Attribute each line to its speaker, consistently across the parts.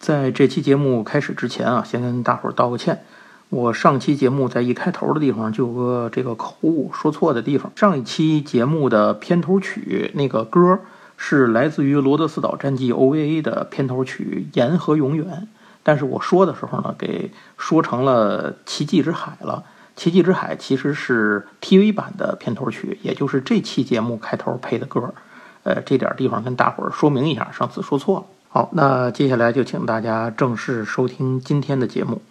Speaker 1: 在这期节目开始之前啊，先跟大伙儿道个歉。我上期节目在一开头的地方就有个这个口误说错的地方。上一期节目的片头曲那个歌是来自于罗德斯岛战记 OVA 的片头曲《盐和永远》，但是我说的时候呢，给说成了奇迹之海了。奇迹之海其实是 TV 版的片头曲，也就是这期节目开头配的歌。这点地方跟大伙儿说明一下，上次说错了。好，那接下来就请大家正式收听今天的节目。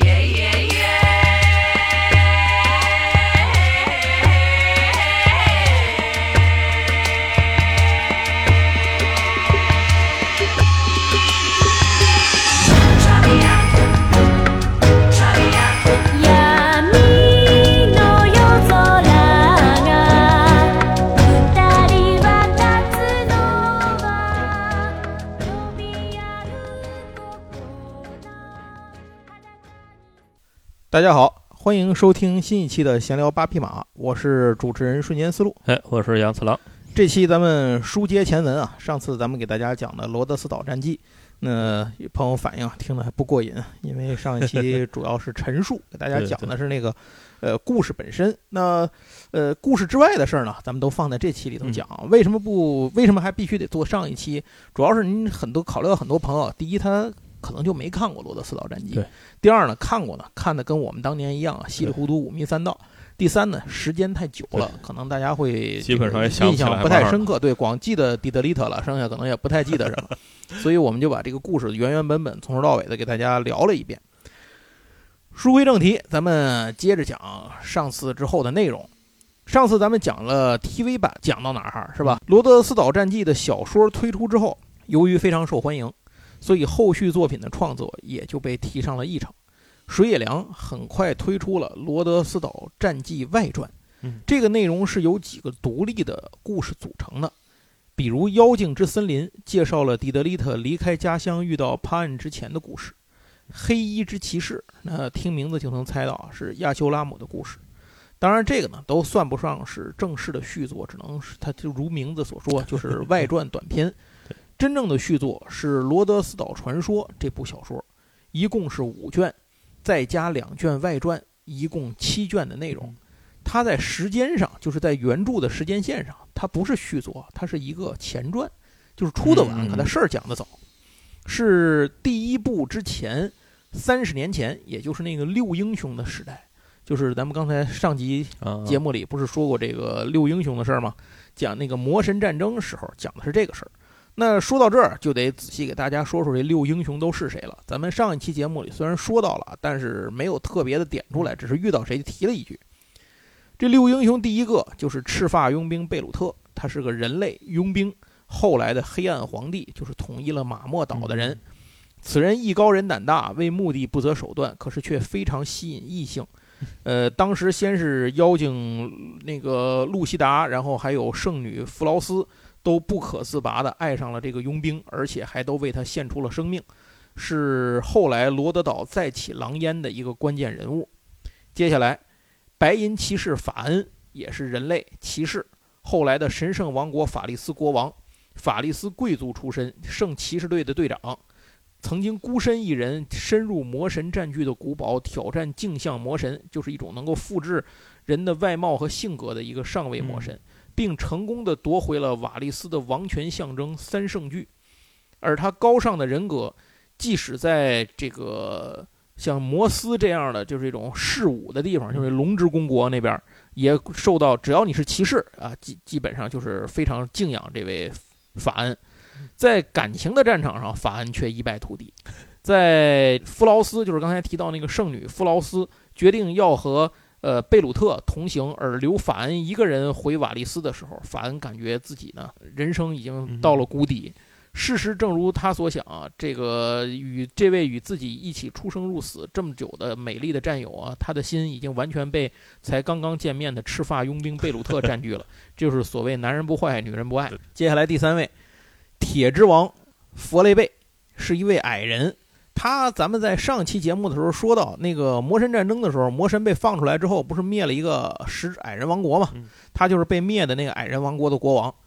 Speaker 1: 大家好，欢迎收听新一期的闲聊八匹马，我是主持人瞬间思路。
Speaker 2: 我是杨次郎。
Speaker 1: 这期咱们书接前文啊，上次咱们给大家讲的罗德斯岛战记，那朋友反映听得还不过瘾，因为上一期主要是陈述，给大家讲的是那个故事本身。那故事之外的事儿呢，咱们都放在这期里头讲。为什么还必须得做上一期？主要是您考虑到很多朋友，第一他可能就没看过《罗德斯岛战记》，第二呢，看过呢，看的跟我们当年一样啊，稀里糊涂五迷三道。第三呢，时间太久了，可能大家会
Speaker 2: 基本上也想
Speaker 1: 印象不太深刻，对，光记得蒂德利特了，剩下可能也不太记得什么。所以我们就把这个故事原本从头到尾的给大家聊了一遍。书归正题，咱们接着讲上次之后的内容。上次咱们讲了 TV 版，讲到哪儿是吧？罗德斯岛战记的小说推出之后，由于非常受欢迎，所以后续作品的创作也就被提上了议程。水野良很快推出了《罗德斯岛战记外传》，这个内容是由几个独立的故事组成的，比如《妖精之森林》介绍了蒂德利特离开家乡遇到帕恩之前的故事，《黑衣之骑士》那听名字就能猜到是亚修拉姆的故事。当然这个呢都算不上是正式的续作，只能是它就如名字所说，就是外传短篇。真正的续作是《罗德斯岛传说》这部小说，一共是5卷，再加2卷外传，一共7卷的内容。它在时间上，就是在原著的时间线上，它不是续作，它是一个前传，就是出的晚，可它事儿讲的早。是第一部之前30年前，也就是那个6英雄的时代，就是咱们刚才上集节目里不是说过这个6英雄的事儿吗？讲那个魔神战争时候讲的是这个事儿。那说到这儿，就得仔细给大家说说这6英雄都是谁了。咱们上一期节目里虽然说到了，但是没有特别的点出来，只是遇到谁提了一句。这6英雄第一个就是赤发佣兵贝鲁特，他是个人类佣兵，后来的黑暗皇帝，就是统一了马莫岛的人。此人艺高人胆大，为目的不择手段，可是却非常吸引异性。当时先是妖精那个露西达，然后还有圣女弗劳斯，都不可自拔地爱上了这个佣兵，而且还都为他献出了生命，是后来罗德岛再起狼烟的一个关键人物。接下来白银骑士法恩也是人类骑士，后来的神圣王国法利斯国王，法利斯贵族出身，圣骑士队的队长，曾经孤身一人深入魔神占据的古堡，挑战镜像魔神，就是一种能够复制人的外貌和性格的一个上位魔神，并成功地夺回了瓦利斯的王权象征3圣具。而他高尚的人格，即使在这个像摩斯这样的就是这种事武的地方，就是龙之公国那边，也受到只要你是骑士啊，基本上就是非常敬仰这位法恩。在感情的战场上，法恩却一败涂地。在弗劳斯，就是刚才提到那个圣女弗劳斯决定要和贝鲁特同行，而留法恩一个人回瓦利斯的时候，法恩感觉自己呢人生已经到了谷底。事实正如他所想啊，这位与自己一起出生入死这么久的美丽的战友啊，他的心已经完全被才刚刚见面的赤发佣兵贝鲁特占据了，就是所谓男人不坏女人不爱。接下来第3位，铁之王佛雷贝，是一位矮人。咱们在上期节目的时候说到，那个魔神战争的时候，魔神被放出来之后，不是灭了一个矮人王国吗？他就是被灭的那个矮人王国的国王。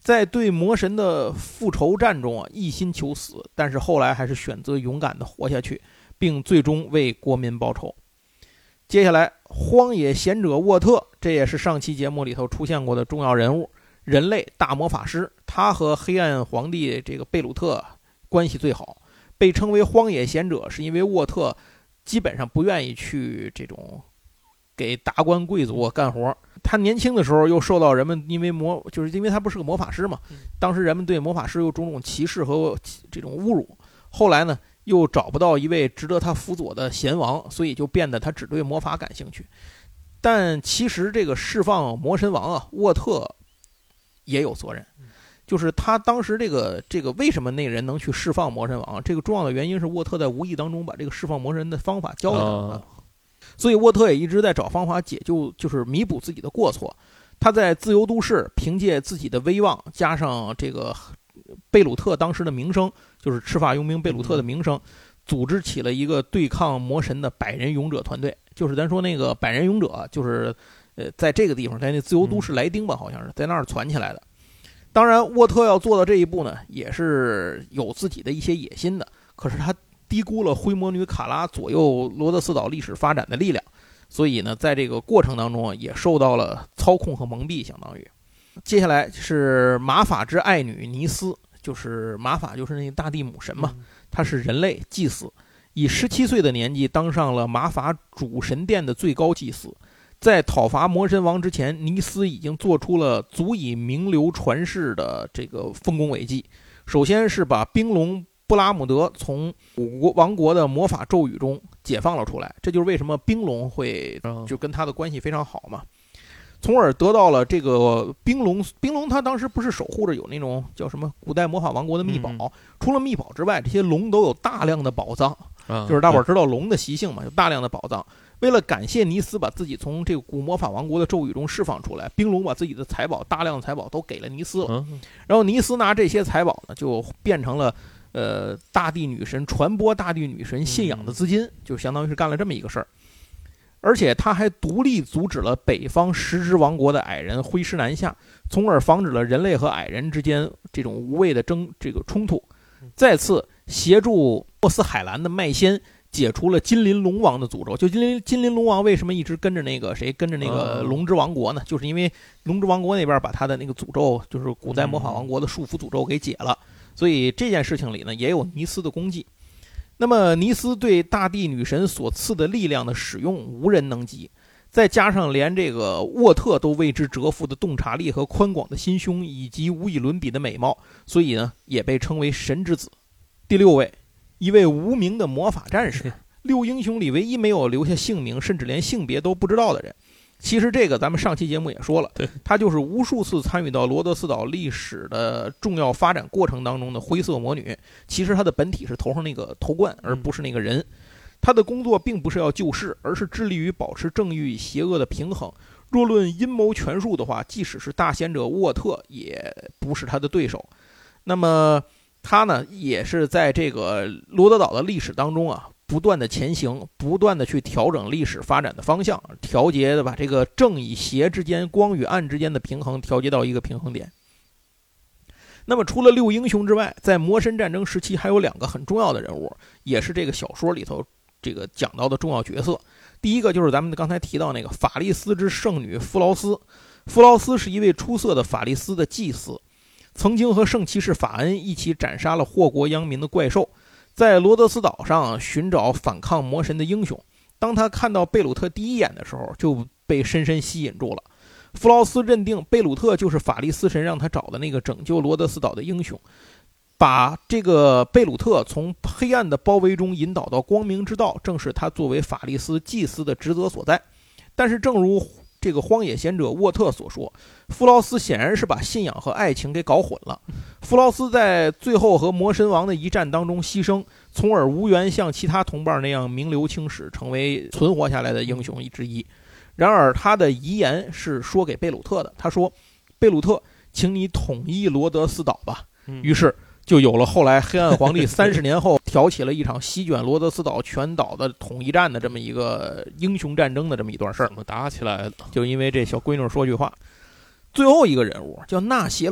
Speaker 1: 在对魔神的复仇战中一心求死，但是后来还是选择勇敢地活下去，并最终为国民报仇。接下来，荒野贤者沃特，这也是上期节目里头出现过的重要人物，人类大魔法师，他和黑暗皇帝这个贝鲁特关系最好，被称为荒野贤者，是因为沃特基本上不愿意去这种给达官贵族干活。他年轻的时候又受到人们就是因为他不是个魔法师嘛，当时人们对魔法师有种种歧视和这种侮辱。后来呢，又找不到一位值得他辅佐的贤王，所以就变得他只对魔法感兴趣。但其实这个释放魔神王啊，沃特也有责任。就是他当时这个为什么那人能去释放魔神王？这个重要的原因是沃特在无意当中把这个释放魔神的方法教给他。所以沃特也一直在找方法就是弥补自己的过错。他在自由都市凭借自己的威望，加上这个贝鲁特当时的名声，就是赤发佣兵贝鲁特的名声，组织起了一个对抗魔神的100人勇者团队。就是咱说那个100人勇者，就是在这个地方，在那自由都市莱丁吧，好像是在那儿传起来的。当然，沃特要做到这一步呢，也是有自己的一些野心的。可是他低估了灰魔女卡拉左右罗德斯岛历史发展的力量，所以呢，在这个过程当中也受到了操控和蒙蔽，相当于。接下来是马法之爱女尼斯，就是马法就是那个大地母神嘛，她是人类祭司，以17岁的年纪当上了马法主神殿的最高祭司。在讨伐魔神王之前，尼斯已经做出了足以名留传世的这个丰功伟绩。首先是把冰龙布拉姆德从王国的魔法咒语中解放了出来，这就是为什么冰龙会就跟他的关系非常好嘛。从而得到了这个冰龙他当时不是守护着有那种叫什么古代魔法王国的秘宝，除了秘宝之外，这些龙都有大量的宝藏，就是大伙儿知道龙的习性嘛，有大量的宝藏。为了感谢尼斯把自己从这个古魔法王国的咒语中释放出来，冰龙把自己的财宝，大量的财宝都给了尼斯了。然后尼斯拿这些财宝呢，就变成了大地女神传播大地女神信仰的资金，就相当于是干了这么一个事儿。而且他还独立阻止了北方10只王国的矮人挥师南下，从而防止了人类和矮人之间这种无谓的这个冲突。再次协助莫斯海兰的麦仙解除了金鳞龙王的诅咒。就金鳞龙王为什么一直跟着那个龙之王国呢？就是因为龙之王国那边把他的那个诅咒，就是古代魔法王国的束缚诅咒给解了。所以这件事情里呢，也有尼斯的功绩。那么尼斯对大地女神所赐的力量的使用无人能及，再加上连这个沃特都为之折服的洞察力和宽广的心胸，以及无以伦比的美貌，所以呢也被称为神之子。第6位，一位无名的魔法战士，6英雄里唯一没有留下姓名，甚至连性别都不知道的人。其实这个咱们上期节目也说了，他就是无数次参与到罗德斯岛历史的重要发展过程当中的灰色魔女。其实她的本体是头上那个头冠，而不是那个人。她的工作并不是要救世，而是致力于保持正义与邪恶的平衡。若论阴谋权术的话，即使是大贤者沃特也不是他的对手。那么他呢，也是在这个罗德岛的历史当中啊，不断的前行，不断的去调整历史发展的方向，调节的把这个正与邪之间、光与暗之间的平衡调节到一个平衡点。那么除了6英雄之外，在魔神战争时期还有2个很重要的人物，也是这个小说里头这个讲到的重要角色。第一个就是咱们刚才提到那个法利斯之圣女弗劳斯。弗劳斯是一位出色的法利斯的祭司，曾经和圣骑士法恩一起斩杀了祸国殃民的怪兽，在罗德斯岛上寻找反抗魔神的英雄。当他看到贝鲁特第一眼的时候，就被深深吸引住了。弗劳斯认定贝鲁特就是法利斯神让他找的那个拯救罗德斯岛的英雄，把这个贝鲁特从黑暗的包围中引导到光明之道，正是他作为法利斯祭司的职责所在。但是正如这个荒野贤者沃特所说，弗劳斯显然是把信仰和爱情给搞混了。弗劳斯在最后和魔神王的一战当中牺牲，从而无缘像其他同伴那样名留青史，成为存活下来的英雄之一。然而他的遗言是说给贝鲁特的，他说：贝鲁特，请你统一罗德斯岛吧。于是就有了后来黑暗皇帝30年后挑起了一场席卷罗德斯岛全岛的统一战的这么一个英雄战争的这么一段事儿。
Speaker 2: 怎么打起来的？
Speaker 1: 就因为这小闺女说句话。最后一个人物叫纳邪鲁，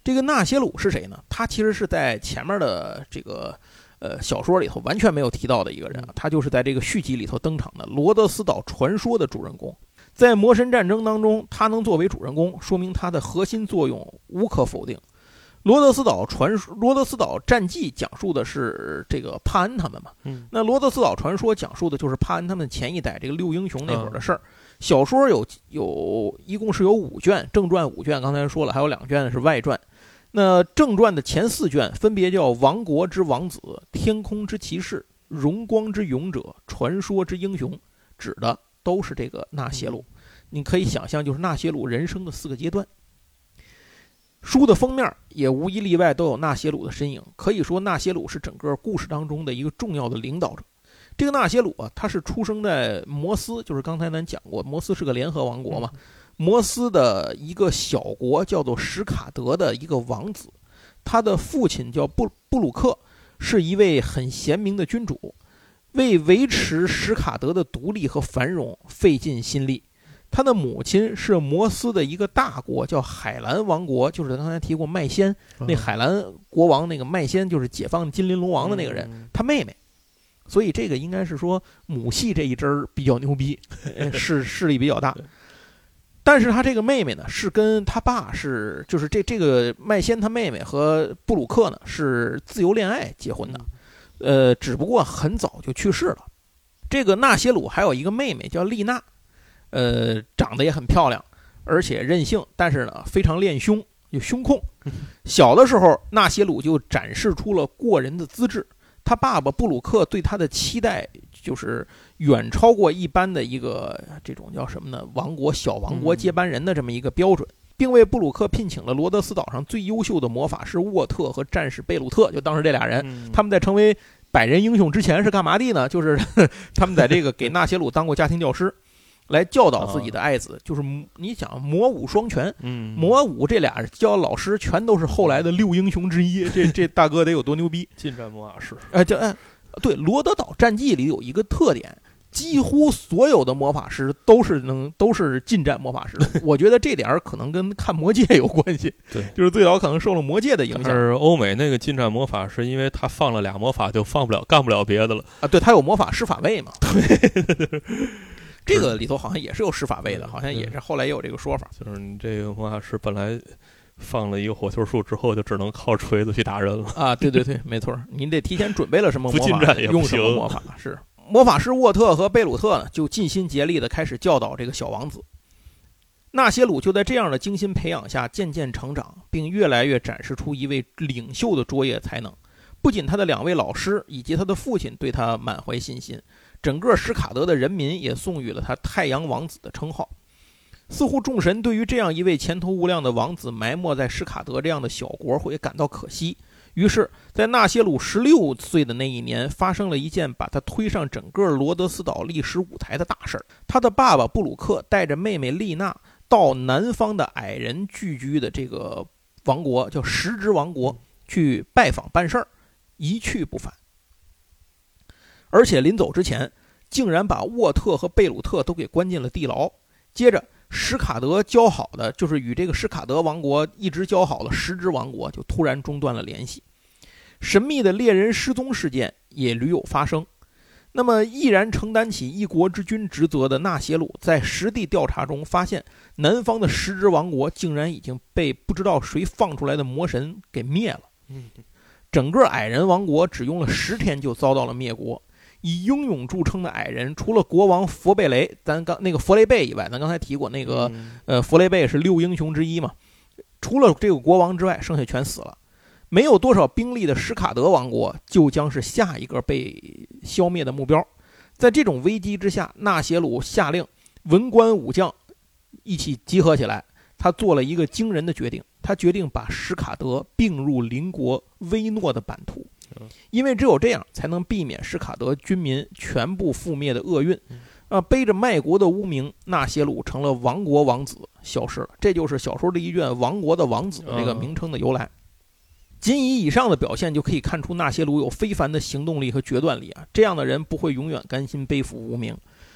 Speaker 1: 这个纳歇鲁是谁呢？他其实是在前面的这个小说里头完全没有提到的一个人啊，他就是在这个续集里头登场的罗德斯岛传说的主人公。在魔神战争当中，他能作为主人公，说明他的核心作用无可否定。罗德斯岛战记讲述的是这个帕恩他们嘛，那罗德斯岛传说讲述的就是帕恩他们前一代这个六英雄那会儿的事儿。小说一共是有5卷，正传5卷，刚才说了，还有2卷是外传。那正传的前4卷分别叫王国之王子、天空之骑士、荣光之勇者、传说之英雄，指的都是这个纳歇鲁。你可以想象，就是纳歇鲁人生的4个阶段。书的封面也无一例外都有纳歇鲁的身影，可以说纳歇鲁是整个故事当中的一个重要的领导者。这个纳歇鲁啊，他是出生在摩斯，就是刚才咱讲过，摩斯是个联合王国嘛，摩斯的一个小国叫做史卡德的一个王子，他的父亲叫布鲁克，是一位很贤明的君主，为维持史卡德的独立和繁荣费尽心力。他的母亲是摩斯的一个大国，叫海兰王国，就是刚才提过麦仙，那海兰国王那个麦仙就是解放金鳞龙王的那个人，他妹妹。所以这个应该是说母系这一支比较牛逼，势力比较大。但是他这个妹妹呢，是跟他爸就是这个麦仙他妹妹和布鲁克呢是自由恋爱结婚的，只不过很早就去世了。这个纳歇鲁还有一个妹妹叫丽娜。长得也很漂亮，而且任性，但是呢非常恋胸，有胸控。小的时候，纳歇鲁就展示出了过人的资质。他爸爸布鲁克对他的期待就是远超过一般的一个这种叫什么呢？小王国接班人的这么一个标准，并为布鲁克聘请了罗德斯岛上最优秀的魔法师沃特和战士贝鲁特，就当时这俩人，他们在成为百人英雄之前是干嘛的呢？就是他们在这个给纳歇鲁当过家庭教师。来教导自己的爱子，就是你想魔武双全，魔武这俩教老师全都是后来的6英雄之一，这大哥得有多牛逼？
Speaker 2: 近战魔法师，
Speaker 1: 对，罗德岛战记里有一个特点，几乎所有的魔法师都是近战魔法师。我觉得这点可能跟看魔戒有关系，
Speaker 2: 对，
Speaker 1: 就是最早可能受了魔戒的影响。
Speaker 2: 但是欧美那个近战魔法师，因为他放了2魔法就干不了别的了
Speaker 1: 啊，对，他有魔法施法位嘛，对。这个里头好像也是有施法位的，好像也是后来也有这个说法。
Speaker 2: 就是你这个魔法师本来放了一个火球术之后，就只能靠锤子去打人了
Speaker 1: 啊！对对对，没错，您得提前准备了什么魔法，用什么魔法。是魔法师沃特和贝鲁特呢，就尽心竭力的开始教导这个小王子。纳歇鲁就在这样的精心培养下渐渐成长，并越来越展示出一位领袖的卓越才能。不仅他的2位老师以及他的父亲对他满怀信心，整个史卡德的人民也送予了他太阳王子的称号。似乎众神对于这样一位前途无量的王子埋没在史卡德这样的小国会感到可惜，于是在纳歇鲁16岁的那一年，发生了一件把他推上整个罗德斯岛历史舞台的大事。他的爸爸布鲁克带着妹妹丽娜到南方的矮人聚居的这个王国，叫石之王国，去拜访办事儿，一去不返。而且临走之前，竟然把沃特和贝鲁特都给关进了地牢。接着，史卡德交好的，就是与这个史卡德王国一直交好的石之王国，就突然中断了联系。神秘的猎人失踪事件也屡有发生。那么，毅然承担起一国之君职责的纳歇鲁，在实地调查中发现，南方的石之王国竟然已经被不知道谁放出来的魔神给灭了。整个矮人王国只用了10天就遭到了灭国。以英勇著称的矮人，除了国王佛贝雷，那个佛雷贝以外，咱刚才提过那个佛雷贝是6英雄之一嘛，除了这个国王之外，剩下全死了。没有多少兵力的史卡德王国就将是下一个被消灭的目标。在这种危机之下，纳歇鲁下令文官武将一起集合起来，他做了一个惊人的决定，他决定把史卡德并入邻国威诺的版图。因为只有这样才能避免史卡德军民全部覆灭的厄运。背着卖国的污名，纳歇鲁成了亡国王子，消失了。这就是小说第1卷亡国的王子的这个名称的由来。仅以上的表现就可以看出纳歇鲁有非凡的行动力和决断力啊！这样的人不会永远甘心背负无名。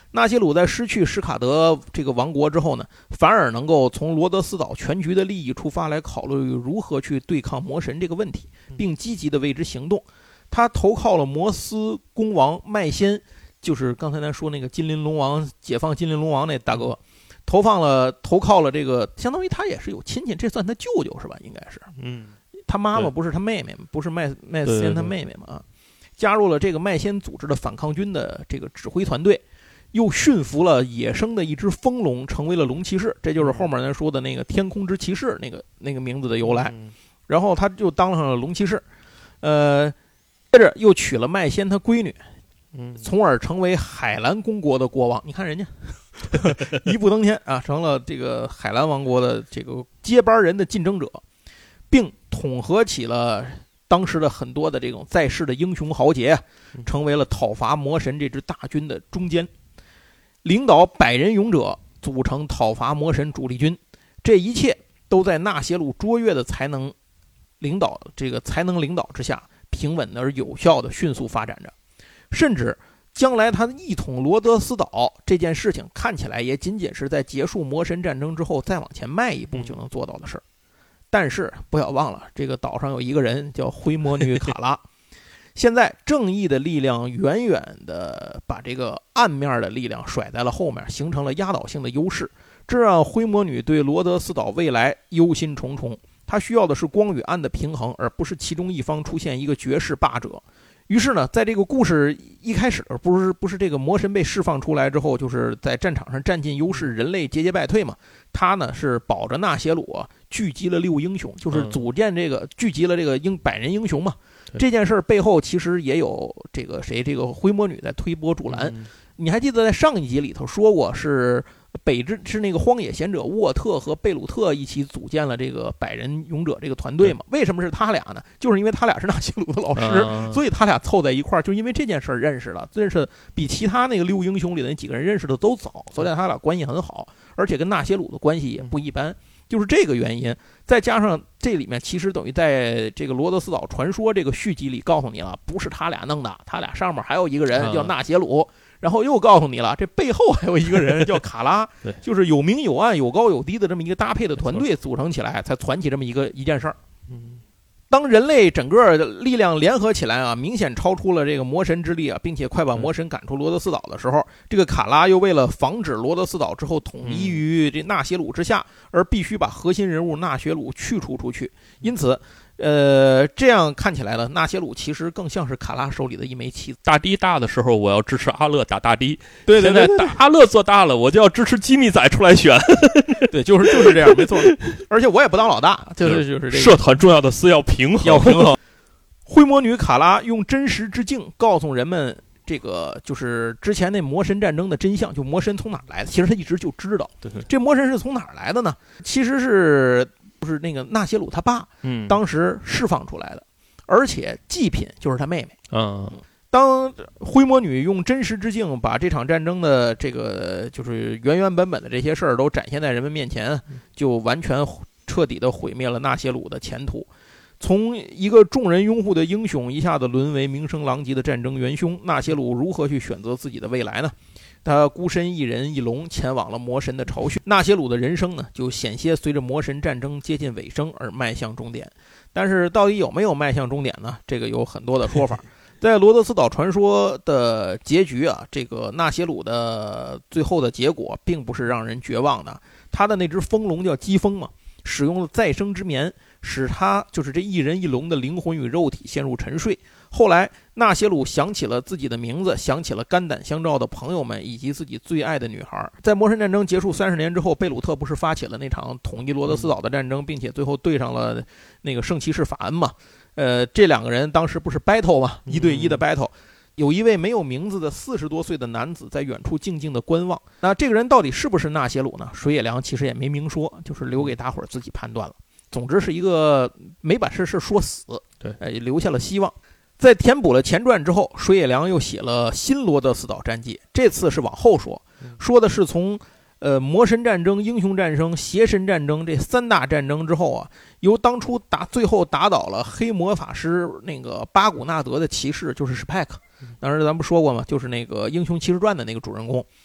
Speaker 1: 纳谢鲁在失去史卡德这个王国之后呢，反而能够从罗德斯岛全局的利益出发来考虑如何去对抗魔神这个问题，并积极的为之行动。他投靠了摩斯公王麦先，就是刚才咱说那个金鳞龙王解放金鳞龙王那大哥，投靠了这个，相当于他也是有亲戚，这算他舅舅是吧？应该是，他妈妈不是他妹妹，不是麦先他妹妹嘛啊，加入了这个麦先组织的反抗军的这个指挥团队。又驯服了野生的一只风龙，成为了龙骑士，这就是后面咱说的那个天空之骑士那个名字的由来。然后他就当上了龙骑士，接着又娶了麦先他闺女，从而成为海兰公国的国王。你看人家一步登天啊，成了这个海兰王国的这个接班人的竞争者，并统合起了当时的很多的这种在世的英雄豪杰，成为了讨伐魔神这支大军的中坚。领导100人勇者组成讨伐魔神主力军，这一切都在纳谢鲁卓越的才能领导之下，平稳而有效的迅速发展着。甚至将来他一统罗德斯岛这件事情，看起来也仅仅是在结束魔神战争之后再往前迈一步就能做到的事儿。但是不要忘了，这个岛上有一个人叫灰魔女卡拉。现在正义的力量远远的把这个暗面的力量甩在了后面，形成了压倒性的优势，这让灰魔女对罗德斯岛未来忧心忡忡。她需要的是光与暗的平衡，而不是其中一方出现一个绝世霸者。于是呢，在这个故事一开始，不是这个魔神被释放出来之后，就是在战场上占尽优势，人类节节败退嘛。他呢是保着纳谢鲁聚集了6英雄，就是聚集了这个100人英雄嘛。这件事背后其实也有这个灰魔女在推波助澜。你还记得在上一集里头说过，是那个荒野贤者沃特和贝鲁特一起组建了这个100人勇者这个团队嘛？为什么是他俩呢？就是因为他俩是纳谢鲁的老师，所以他俩凑在一块儿，就因为这件事认识比其他那个6英雄里的那几个人认识的都早，所以他俩关系很好，而且跟纳谢鲁的关系也不一般。就是这个原因，再加上这里面其实等于在这个罗德斯岛传说这个续集里告诉你了，不是他俩弄的，他俩上面还有一个人叫纳谢鲁，然后又告诉你了，这背后还有一个人叫卡拉，就是有明有暗、有高有低的这么一个搭配的团队组成起来，才传起这么一件事儿。当人类整个力量联合起来啊，明显超出了这个魔神之力啊，并且快把魔神赶出罗德斯岛的时候，这个卡拉又为了防止罗德斯岛之后统一于这纳谢鲁之下，而必须把核心人物纳谢鲁去除出去。因此这样看起来呢，纳谢鲁其实更像是卡拉手里的一枚棋子。
Speaker 2: 大堤大的时候，我要支持阿勒打大堤。
Speaker 1: 对，
Speaker 2: 现在阿勒做大了，我就要支持吉米仔出来选。
Speaker 1: 对，就是这样，没错。而且我也不当老大，就是这个。
Speaker 2: 社团重要的是要平衡。
Speaker 1: 灰魔女卡拉用真实之镜告诉人们，这个就是之前那魔神战争的真相，就魔神从哪儿来的。其实他一直就知道，这魔神是从哪儿来的呢？其实是那个纳谢鲁他爸，当时释放出来的，而且祭品就是他妹妹。当灰魔女用真实之镜把这场战争的这个就是原本的这些事儿都展现在人们面前，就完全彻底的毁灭了纳谢鲁的前途。从一个众人拥护的英雄一下子沦为名声狼藉的战争元凶，纳谢鲁如何去选择自己的未来呢？他孤身一人一龙前往了魔神的巢穴，纳谢鲁的人生呢就险些随着魔神战争接近尾声而迈向终点。但是到底有没有迈向终点呢？这个有很多的说法。在罗德斯岛传说的结局啊，这个纳谢鲁的最后的结果并不是让人绝望的。他的那只风龙叫疾风嘛，使用了再生之眠，使他就是这一人一龙的灵魂与肉体陷入沉睡。后来纳谢鲁想起了自己的名字，想起了肝胆相照的朋友们，以及自己最爱的女孩。在魔神战争结束30年之后，贝鲁特不是发起了那场统一罗德斯岛的战争，并且最后对上了那个圣骑士法恩嘛？这两个人当时不是 battle 吗？1对1的 battle。有一位没有名字的40多岁的男子在远处静静的观望。那这个人到底是不是纳谢鲁呢？水野良其实也没明说，就是留给大伙儿自己判断了。总之是一个没把事说死，
Speaker 2: 对，
Speaker 1: 留下了希望。在填补了前传之后，水野良又写了新罗德斯岛战记，这次是往后说的是从魔神战争、英雄战争、邪神战争这3大战争之后啊，由当初最后打倒了黑魔法师那个巴古纳德的骑士，就是史派克，当时咱们说过嘛，就是那个英雄骑士传的那个主人公，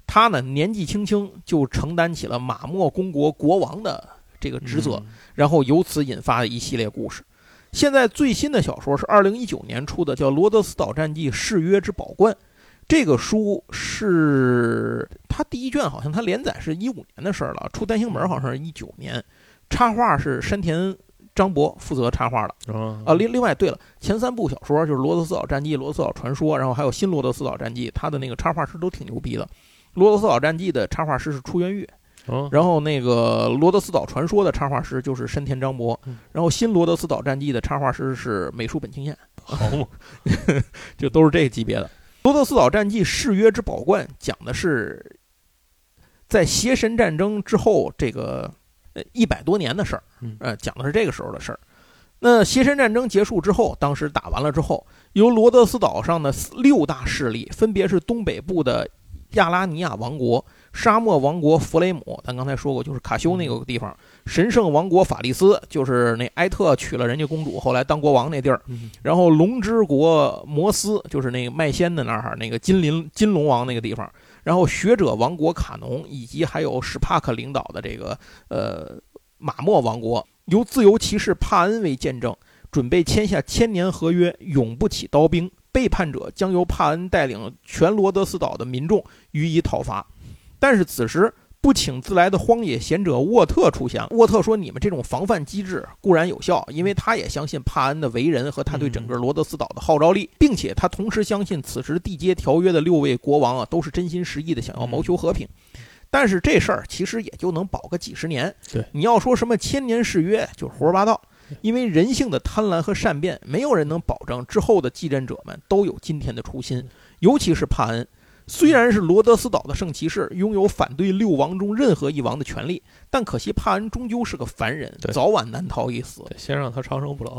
Speaker 1: 他呢年纪轻轻就承担起了马莫公国国王的这个职责，然后由此引发的一系列故事。现在最新的小说是2019年出的，叫《罗德斯岛战记：誓约之宝冠》。这个书是他第一卷，好像他连载是15年的事儿了，出单行本好像是19年。插画是山田章博负责插画的另外对了，前3部小说就是《罗德斯岛战记》《罗德斯岛传说》，然后还有《新罗德斯岛战记》，他的那个插画师都挺牛逼的。《罗德斯岛战记》的插画师是出原月，然后那个《罗德斯岛传说》的插画师就是山田章博，然后《新罗德斯岛战记》的插画师是美术本清彦，
Speaker 2: 好嘛，
Speaker 1: 就都是这个级别的。《罗德斯岛战记：誓约之宝冠》讲的是在邪神战争之后这个100多年的事儿，讲的是这个时候的事儿。那邪神战争结束之后，当时打完了之后，由罗德斯岛上的6大势力，分别是东北部的亚拉尼亚王国、沙漠王国弗雷姆，咱刚才说过就是卡修那个地方，神圣王国法利斯，就是那埃特娶了人家公主后来当国王那地儿，然后龙之国摩斯，就是那个麦仙的那儿那个金龙王那个地方，然后学者王国卡农，以及还有史帕克领导的这个马莫王国，由自由骑士帕恩为见证，准备签下1000年合约，永不起刀兵。背叛者将由帕恩带领全罗德斯岛的民众予以讨伐。但是此时不请自来的荒野贤者沃特出现。沃特说：“你们这种防范机制固然有效，因为他也相信帕恩的为人和他对整个罗德斯岛的号召力，并且他同时相信此时缔结条约的6位国王都是真心实意的想要谋求和平。但是这事儿其实也就能保个几十年。
Speaker 2: 对，
Speaker 1: 你要说什么1000年誓约，就是胡说八道。因为人性的贪婪和善变，没有人能保证之后的继任者们都有今天的初心，尤其是帕恩。虽然是罗德斯岛的圣骑士，拥有反对6王中任何一王的权利，但可惜帕恩终究是个凡人，早晚难逃一死。
Speaker 2: 先让他长生不老。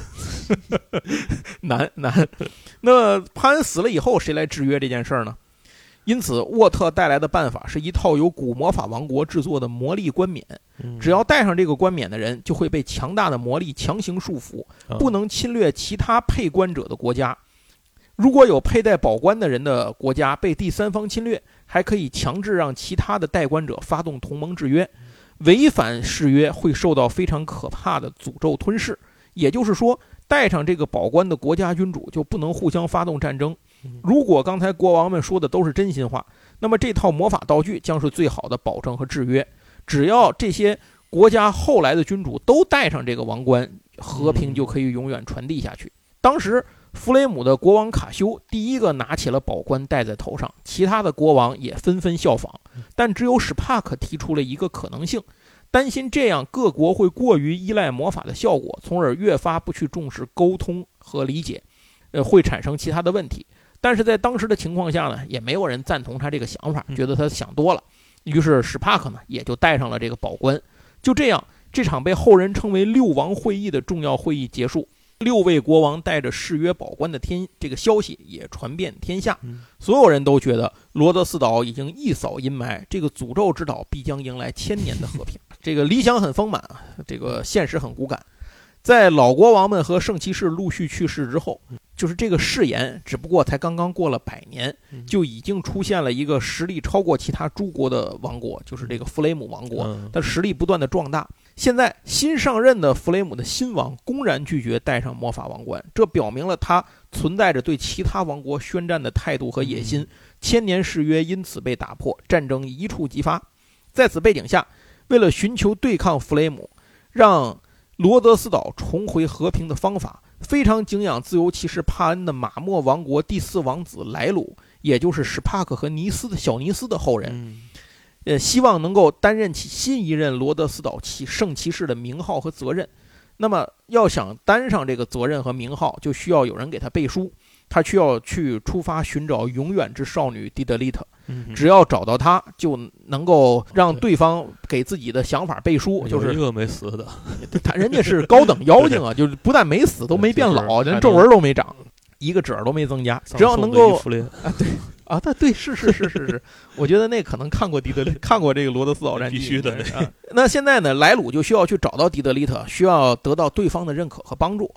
Speaker 1: 难。那帕恩死了以后，谁来制约这件事儿呢？因此沃特带来的办法是一套由古魔法王国制作的魔力冠冕，只要戴上这个冠冕的人就会被强大的魔力强行束缚，不能侵略其他配冠者的国家。如果有佩戴宝冠的人的国家被第三方侵略，还可以强制让其他的戴冠者发动同盟制约，违反誓约会受到非常可怕的诅咒吞噬。也就是说，戴上这个宝冠的国家君主就不能互相发动战争。如果刚才国王们说的都是真心话，那么这套魔法道具将是最好的保证和制约。只要这些国家后来的君主都戴上这个王冠，和平就可以永远传递下去。当时弗雷姆的国王卡修第一个拿起了宝冠戴在头上，其他的国王也纷纷效仿，但只有史帕克提出了一个可能性，担心这样各国会过于依赖魔法的效果，从而越发不去重视沟通和理解，会产生其他的问题。但是在当时的情况下呢，也没有人赞同他这个想法，觉得他想多了。于是史帕克呢也就戴上了这个宝冠。就这样，这场被后人称为6王会议的重要会议结束，6位国王带着誓约宝冠的这个消息也传遍天下，所有人都觉得罗德斯岛已经一扫阴霾，这个诅咒之岛必将迎来1000年的和平。这个理想很丰满啊，这个现实很骨感。在老国王们和圣骑士陆续去世之后，就是这个誓言只不过才刚刚过了100年，就已经出现了一个实力超过其他诸国的王国，就是这个弗雷姆王国，它实力不断的壮大。现在新上任的弗雷姆的新王公然拒绝戴上魔法王冠，这表明了他存在着对其他王国宣战的态度和野心。1000年誓约因此被打破，战争一触即发。在此背景下，为了寻求对抗弗雷姆，让罗德斯岛重回和平的方法，非常敬仰自由骑士帕恩的马莫王国第4王子莱鲁，也就是史帕克和小尼斯的后人，希望能够担任起新一任罗德斯岛圣骑士的名号和责任。那么要想担上这个责任和名号，就需要有人给他背书，他需要去出发寻找永远之少女蒂德利特，只要找到他，就能够让对方给自己的想法背书。就是
Speaker 2: 一个没死的，
Speaker 1: 人家是高等妖精啊，就是不但没死，都没变老，连皱纹都没长，一个褶都没增加，只要能够对啊，对，是，我觉得那可能看过这个罗德斯岛战记，
Speaker 2: 必须的。
Speaker 1: 那现在呢，莱鲁就需要去找到蒂德利特，需要得到对方的认可和帮助。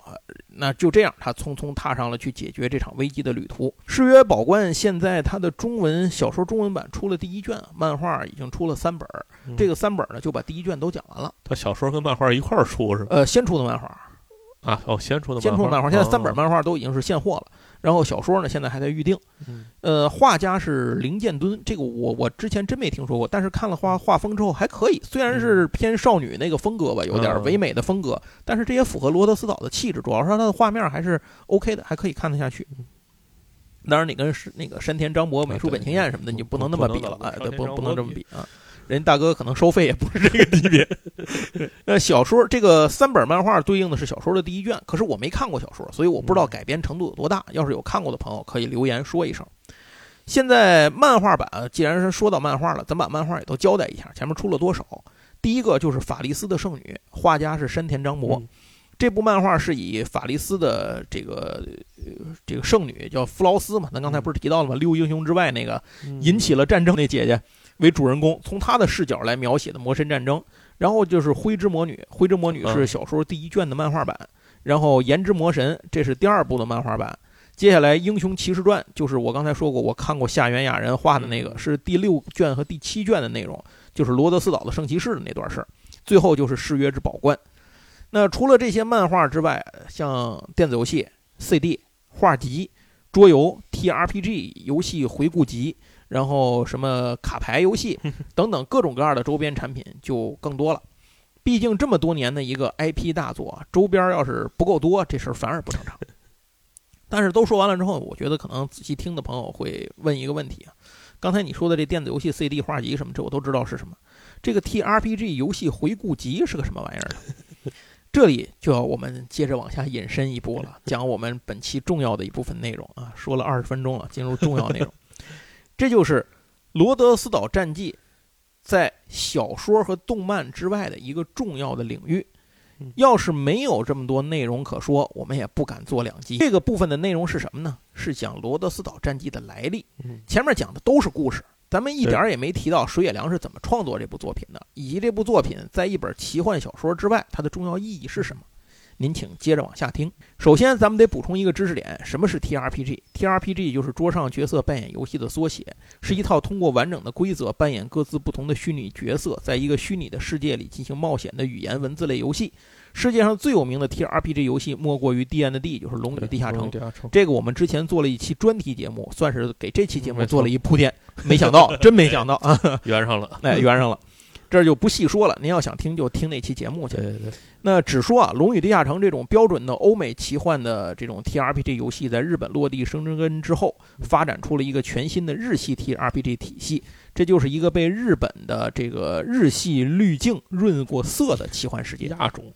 Speaker 1: 那就这样，他匆匆踏上了去解决这场危机的旅途。誓约宝冠现在它的中文小说中文版出了第1卷，漫画已经出了3本，这个3本呢就把第1卷都讲完了。
Speaker 2: 它小说跟漫画一块儿出是吧？
Speaker 1: 先出的漫画
Speaker 2: 啊，先出的
Speaker 1: 漫画，现在3本漫画都已经是现货了，然后小说呢现在还在预定。画家是林建敦，这个我之前真没听说过，但是看了画风之后还可以，虽然是偏少女那个风格吧，有点唯美的风格，但是这也符合罗德斯岛的气质，主要是它的画面还是 OK 的，还可以看得下去。当然你跟那个山田章博、美术本晴彦什么的，你不能那么比了，对，不能这么比啊。人大哥可能收费也不是这个级别。小说这个3本漫画对应的是小说的第1卷，可是我没看过小说，所以我不知道改编程度有多大。要是有看过的朋友，可以留言说一声。现在漫画版，既然是说到漫画了，咱把漫画也都交代一下，前面出了多少。第一个就是法丽丝的圣女，画家是山田章博。这部漫画是以法丽丝的这个圣女叫弗劳斯嘛，咱刚才不是提到了吗？6英雄之外那个引起了战争那姐姐为主人公，从她的视角来描写的魔神战争。然后就是灰之魔女，灰之魔女是小说第1卷的漫画版。然后炎之魔神，这是第2部的漫画版。接下来英雄骑士传，就是我刚才说过我看过夏元雅人画的那个，是第6卷和第7卷的内容，就是罗德斯岛的圣骑士的那段事儿。最后就是誓约之宝冠。那除了这些漫画之外，像电子游戏、CD、画集、桌游、TRPG 游戏回顾集，然后什么卡牌游戏等等各种各样的周边产品就更多了。毕竟这么多年的一个 IP 大作，周边要是不够多，这事儿反而不正常。但是都说完了之后，我觉得可能仔细听的朋友会问一个问题啊，刚才你说的这电子游戏 CD 画集什么，这我都知道是什么，这个 TRPG 游戏回顾集是个什么玩意儿呢？这里就要我们接着往下引申一步了，讲我们本期重要的一部分内容啊，说了20分钟了，进入重要内容。这就是罗德斯岛战记在小说和动漫之外的一个重要的领域。要是没有这么多内容可说，我们也不敢做2集。这个部分的内容是什么呢？是讲罗德斯岛战记的来历。前面讲的都是故事，咱们一点也没提到水野良是怎么创作这部作品的，以及这部作品在一本奇幻小说之外它的重要意义是什么。您请接着往下听。首先咱们得补充一个知识点，什么是 TRPG？TRPG 就是桌上角色扮演游戏的缩写，是一套通过完整的规则扮演各自不同的虚拟角色，在一个虚拟的世界里进行冒险的语言文字类游戏。世界上最有名的 TRPG 游戏莫过于 D&D， 就是龙与地下城。这个我们之前做了一期专题节目，算是给这期节目做了一铺垫。没想到，真没想到啊，
Speaker 2: 圆上了，
Speaker 1: 圆上了。这就不细说了，您要想听就听那期节目去。
Speaker 2: 对。
Speaker 1: 那只说啊，《龙与地下城》这种标准的欧美奇幻的这种 TRPG 游戏，在日本落地生根之后，发展出了一个全新的日系 TRPG 体系。这就是一个被日本的这个日系滤镜润过色的奇幻世界。
Speaker 2: 亚种，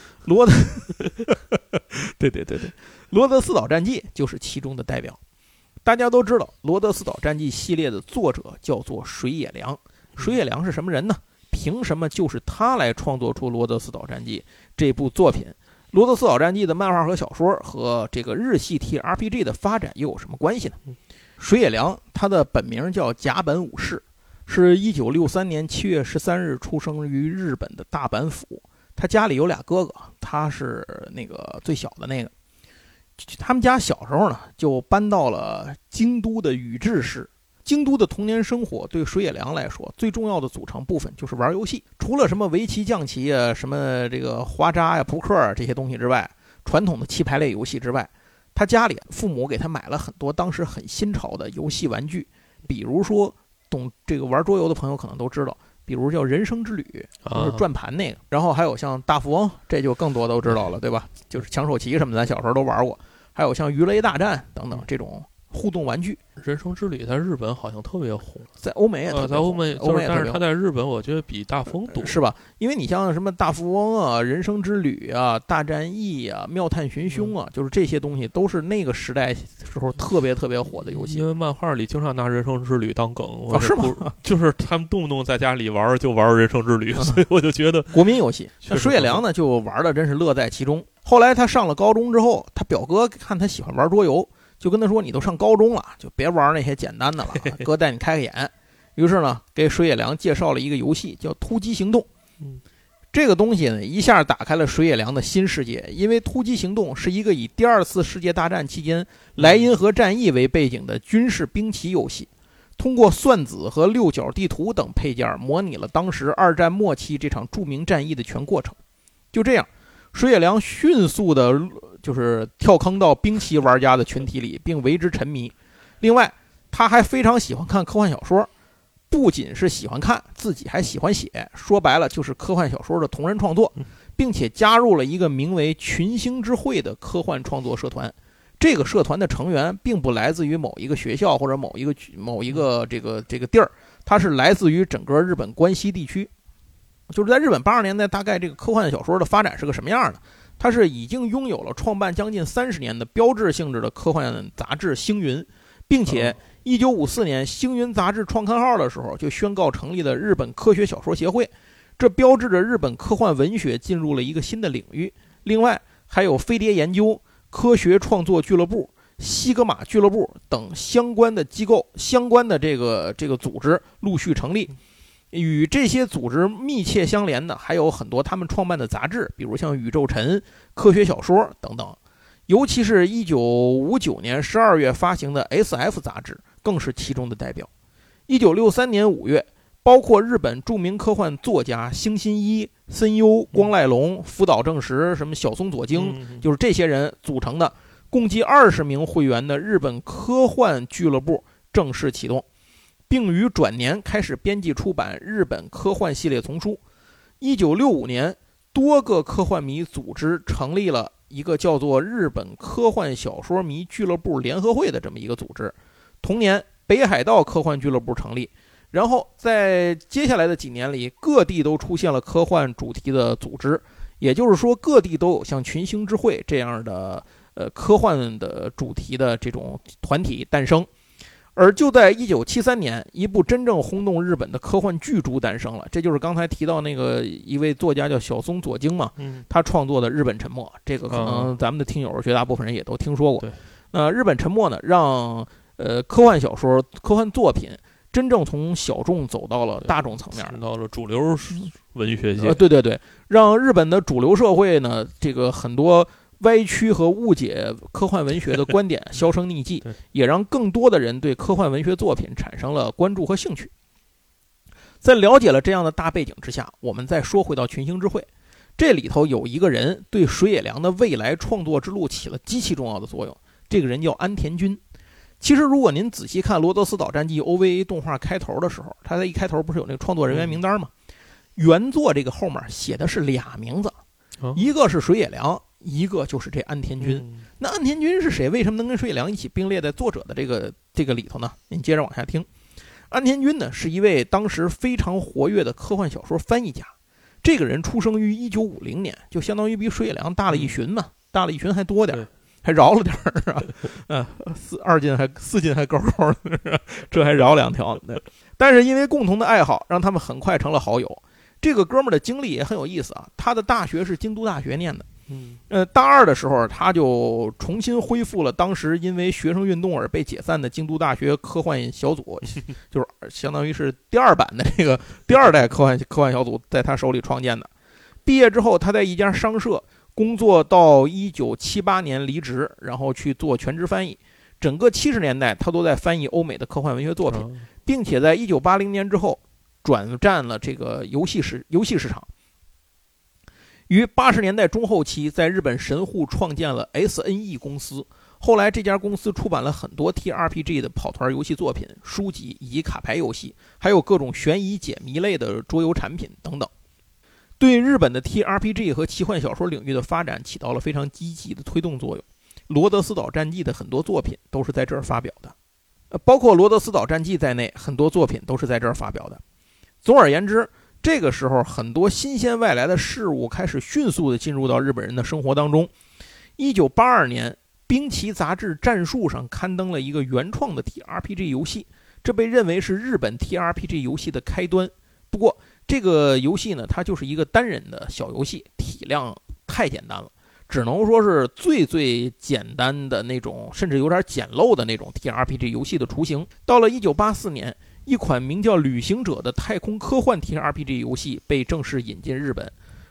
Speaker 1: 对，罗德斯岛战记就是其中的代表。大家都知道，罗德斯岛战记系列的作者叫做水野良。水野良是什么人呢？凭什么就是他来创作出《罗德斯岛战记》这部作品？《罗德斯岛战记》的漫画和小说和这个日系 TRPG 的发展又有什么关系呢？水野良他的本名叫甲本武士，是1963年7月13日出生于日本的大阪府。他家里有2哥哥，他是那个最小的那个。他们家小时候呢就搬到了京都的宇治市。京都的童年生活对水野良来说，最重要的组成部分就是玩游戏。除了什么围棋、象棋啊，什么这个花扎呀、扑克啊这些东西之外，传统的棋牌类游戏之外，他家里父母给他买了很多当时很新潮的游戏玩具，比如说懂这个玩桌游的朋友可能都知道，比如叫人生之旅，就是转盘那个，然后还有像大富翁，这就更多都知道了，对吧？就是抢手棋什么的，咱小时候都玩过，还有像鱼雷大战等等这种互动玩具。
Speaker 2: 人生之旅在日本好像特别红，
Speaker 1: 在欧美也特别红，
Speaker 2: 在欧美
Speaker 1: 也特别红，
Speaker 2: 但是它在日本我觉得比大富翁多，
Speaker 1: 是吧？因为你像什么大富翁啊、人生之旅啊、大战役啊、妙探寻凶啊，就是这些东西都是那个时代时候特别特别火的游戏。
Speaker 2: 因为漫画里经常拿人生之旅当梗，
Speaker 1: 是吗？
Speaker 2: 就是他们动不动在家里玩就玩人生之旅，所以我就觉得
Speaker 1: 国民游戏。那水野良呢，就玩的真是乐在其中。后来他上了高中之后，他表哥看他喜欢玩桌游，就跟他说：“你都上高中了，就别玩那些简单的了，哥带你开个眼。”于是呢，给水野良介绍了一个游戏，叫《突击行动》。 这个东西呢，一下打开了水野良的新世界。因为突击行动是一个以第2次世界大战期间莱茵河战役为背景的军事兵棋游戏，通过算子和六角地图等配件，模拟了当时2战末期这场著名战役的全过程。就这样，水野良迅速的就是跳坑到兵棋玩家的群体里，并为之沉迷。另外，他还非常喜欢看科幻小说，不仅是喜欢看，自己还喜欢写，说白了就是科幻小说的同人创作，并且加入了一个名为群星之会的科幻创作社团。这个社团的成员并不来自于某一个学校或者某一个这个地儿，它是来自于整个日本关西地区。就是在日本80年代，大概这个科幻小说的发展是个什么样的？它是已经拥有了创办将近30年的标志性质的科幻杂志《星云》，并且1954年《星云》杂志创刊号的时候就宣告成立了日本科学小说协会，这标志着日本科幻文学进入了一个新的领域。另外还有飞碟研究、科学创作俱乐部、西格玛俱乐部等相关的机构、相关的这个组织陆续成立。与这些组织密切相连的还有很多他们创办的杂志，比如像宇宙尘、科学小说等等。尤其是1959年12月发行的 SF 杂志更是其中的代表。1963年5月，包括日本著名科幻作家星新一、森优、光濑龙、福岛正实、什么小松左京，就是这些人组成的共计20名会员的日本科幻俱乐部正式启动，并于转年开始编辑出版日本科幻系列丛书。1965年，多个科幻迷组织成立了一个叫做日本科幻小说迷俱乐部联合会的这么一个组织。同年，北海道科幻俱乐部成立。然后在接下来的几年里，各地都出现了科幻主题的组织，也就是说各地都有像群星之会这样的科幻的主题的这种团体诞生。而就在1973年，一部真正轰动日本的科幻巨著诞生了，这就是刚才提到那个一位作家叫小松左京嘛，他创作的《日本沉没》，这个可能咱们的听友绝大部分人也都听说过。日本沉没呢，让科幻小说、科幻作品真正从小众走到了大众层面，
Speaker 2: 到了主流文学界。
Speaker 1: 对，让日本的主流社会呢，这个很多歪曲和误解科幻文学的观点销声匿迹，也让更多的人对科幻文学作品产生了关注和兴趣。在了解了这样的大背景之下，我们再说回到群星之会，这里头有一个人对水野良的未来创作之路起了极其重要的作用，这个人叫安田君。其实如果您仔细看《罗德斯岛战记》OVA 动画开头的时候，他在一开头不是有那个创作人员名单吗？原作这个后面写的是俩名字，一个是水野良，一个就是这安田君。那安田君是谁？为什么能跟水野良一起并列在作者的这个里头呢？您接着往下听。安田君呢，是一位当时非常活跃的科幻小说翻译家。这个人出生于1950年，就相当于比水野良大了一旬嘛，大了一旬还多点，还饶了点儿，2斤还4斤还高高的，这还饶2条。但是因为共同的爱好，让他们很快成了好友。这个哥们儿的经历也很有意思啊，他的大学是京都大学念的。大2的时候，他就重新恢复了当时因为学生运动而被解散的京都大学科幻小组，就是相当于是第2版的这个第2代科幻小组在他手里创建的。毕业之后，他在一家商社工作到1978年离职，然后去做全职翻译。整个70年代，他都在翻译欧美的科幻文学作品，并且在1980年之后转战了这个游戏市场。于80年代中后期，在日本神户创建了 SNE 公司。后来这家公司出版了很多 TRPG 的跑团游戏作品、书籍以及卡牌游戏，还有各种悬疑解谜类的桌游产品等等，对日本的 TRPG 和奇幻小说领域的发展起到了非常积极的推动作用。罗德斯岛战记的很多作品都是在这儿发表的，包括罗德斯岛战记在内，很多作品都是在这儿发表的。总而言之，这个时候很多新鲜外来的事物开始迅速地进入到日本人的生活当中。1982年，兵棋杂志战术上刊登了一个原创的 TRPG 游戏，这被认为是日本 TRPG 游戏的开端。不过这个游戏呢，它就是一个单人的小游戏，体量太简单了，只能说是最简单的那种，甚至有点简陋的那种 TRPG 游戏的雏形。到了1984年，一款名叫《旅行者》的太空科幻 TRPG 游戏被正式引进日本。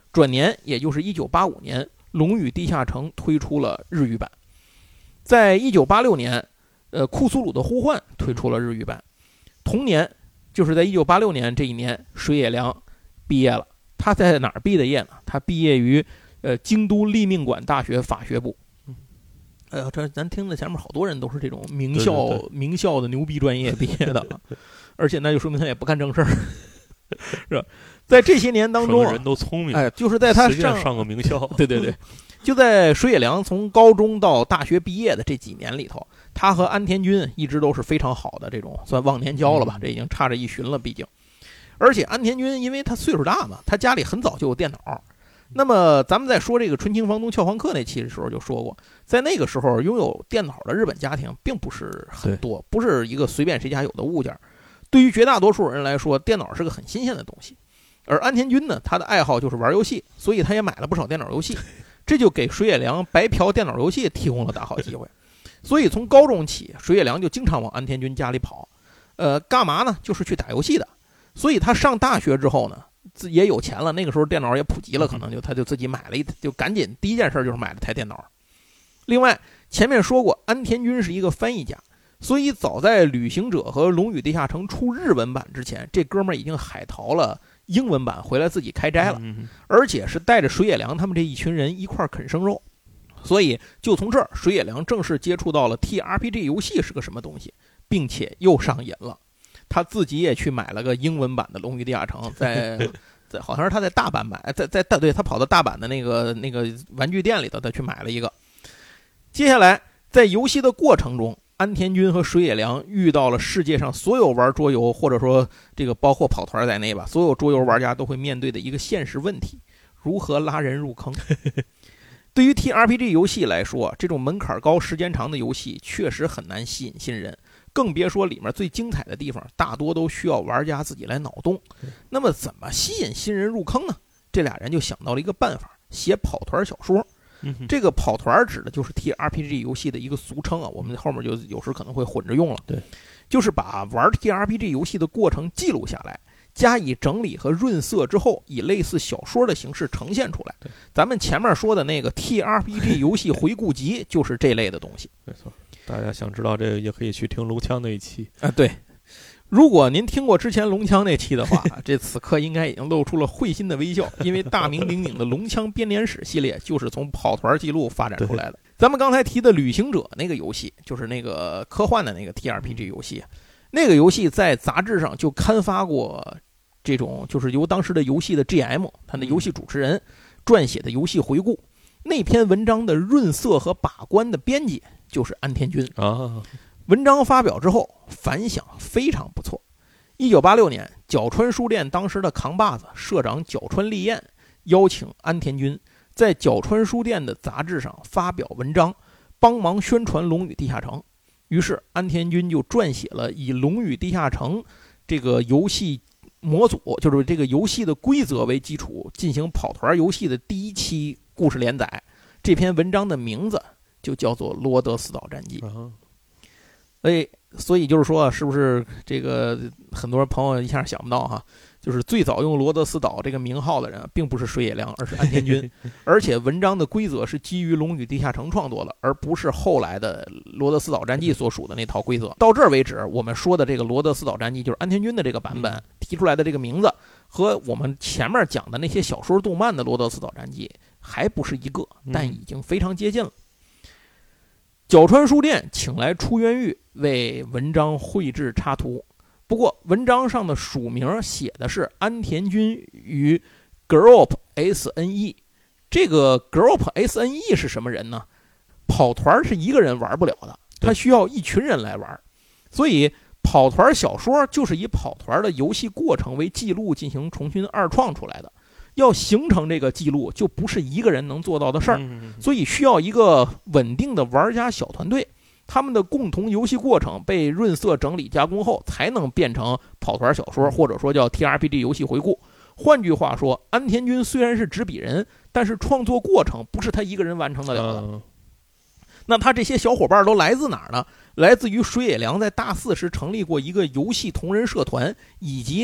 Speaker 1: 转年也就是1985年，《龙与地下城》推出了日语版。在1986年，库苏鲁的呼唤推出了日语版。同年，就是在1986年这一年，水野良毕业了。他在哪儿毕的业呢？他毕业于京都立命馆大学法学部。这咱听的前面好多人都是这种名校的牛逼专业毕业的了，而且那就说明他也不干正事儿，是吧？在这些年当中，
Speaker 2: 人都聪明，
Speaker 1: 就是在他
Speaker 2: 上个名校，
Speaker 1: 对，就在水野良从高中到大学毕业的这几年里头，他和安田君一直都是非常好的这种算忘年交了吧，这已经差着一旬了，毕竟。而且安田君因为他岁数大嘛，他家里很早就有电脑。那么咱们在说这个纯情房东俏房客那期的时候就说过，在那个时候拥有电脑的日本家庭并不是很多，不是一个随便谁家有的物件。对于绝大多数人来说，电脑是个很新鲜的东西。而安田君呢，他的爱好就是玩游戏，所以他也买了不少电脑游戏，这就给水野良白嫖电脑游戏提供了大好机会。所以从高中起，水野良就经常往安田君家里跑，干嘛呢？就是去打游戏的。所以他上大学之后呢，也有钱了，那个时候电脑也普及了，可能他就自己买了就赶紧第一件事就是买了台电脑。另外前面说过，安田君是一个翻译家，所以早在《旅行者》和《龙与地下城》出日文版之前，这哥们儿已经海淘了英文版回来自己开斋了，而且是带着水野良他们这一群人一块啃生肉。所以就从这儿，水野良正式接触到了 TRPG 游戏是个什么东西，并且又上瘾了。他自己也去买了个英文版的《龙与地下城》，在好像是他在大阪买，对，他跑到大阪的那个玩具店里头，他去买了一个。接下来在游戏的过程中，安田君和水野良遇到了世界上所有玩桌游，或者说这个包括跑团在内吧，所有桌游玩家都会面对的一个现实问题：如何拉人入坑。对于 TRPG 游戏来说，这种门槛高、时间长的游戏确实很难吸引新人。更别说里面最精彩的地方，大多都需要玩家自己来脑洞。那么怎么吸引新人入坑呢？这俩人就想到了一个办法，写跑团小说。这个跑团指的就是 TRPG 游戏的一个俗称啊，我们后面就有时可能会混着用了。
Speaker 2: 对，
Speaker 1: 就是把玩 TRPG 游戏的过程记录下来，加以整理和润色之后，以类似小说的形式呈现出来。咱们前面说的那个 TRPG 游戏回顾集就是这类的东西。
Speaker 2: 没错。大家想知道这个也可以去听龙枪那一期
Speaker 1: 啊。对，如果您听过之前龙枪那期的话，这此刻应该已经露出了会心的微笑，因为大名鼎鼎的龙枪编年史系列就是从跑团记录发展出来的。咱们刚才提的旅行者那个游戏，就是那个科幻的那个 TRPG 游戏，那个游戏在杂志上就刊发过这种，就是由当时的游戏的 GM 他的游戏主持人撰写的游戏回顾。那篇文章的润色和把关的编辑就是安田君
Speaker 2: 啊。
Speaker 1: 文章发表之后反响非常不错。1986年，角川书店当时的扛把子社长角川利彦邀请安田君在角川书店的杂志上发表文章，帮忙宣传《龙与地下城》。于是安田君就撰写了以《龙与地下城》这个游戏模组，就是这个游戏的规则为基础进行跑团游戏的第一期故事连载。这篇文章的名字就叫做《罗德斯岛战记》。所以就是说，是不是这个很多朋友一下想不到哈？就是最早用罗德斯岛这个名号的人，并不是水野良，而是安田君。而且文章的规则是基于《龙与地下城》创作的，而不是后来的罗德斯岛战记所属的那套规则。到这儿为止，我们说的这个罗德斯岛战记，就是安田君的这个版本提出来的这个名字，和我们前面讲的那些小说动漫的罗德斯岛战记还不是一个，但已经非常接近了。角川书店请来出渊玉为文章绘制插图，不过文章上的署名写的是安田君与 Group SNE。 这个 Group SNE 是什么人呢？跑团是一个人玩不了的，他需要一群人来玩，所以跑团小说就是以跑团的游戏过程为记录进行重新二创出来的。要形成这个记录，就不是一个人能做到的事儿，所以需要一个稳定的玩家小团队，他们的共同游戏过程被润色整理加工后，才能变成跑团小说，或者说叫 TRPG 游戏回顾。换句话说，安田君虽然是执笔人，但是创作过程不是他一个人完成得了的。那他这些小伙伴都来自哪儿呢？来自于水野良在大四时成立过一个游戏同人社团，以及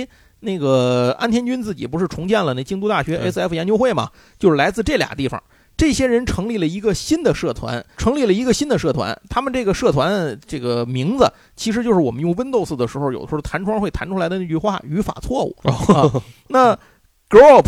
Speaker 1: 那个安田军自己不是重建了那京都大学 SF 研究会嘛，就是来自这俩地方。这些人成立了一个新的社团，他们这个社团这个名字其实就是我们用 Windows 的时候有的时候弹窗会弹出来的那句话，语法错误。那 Group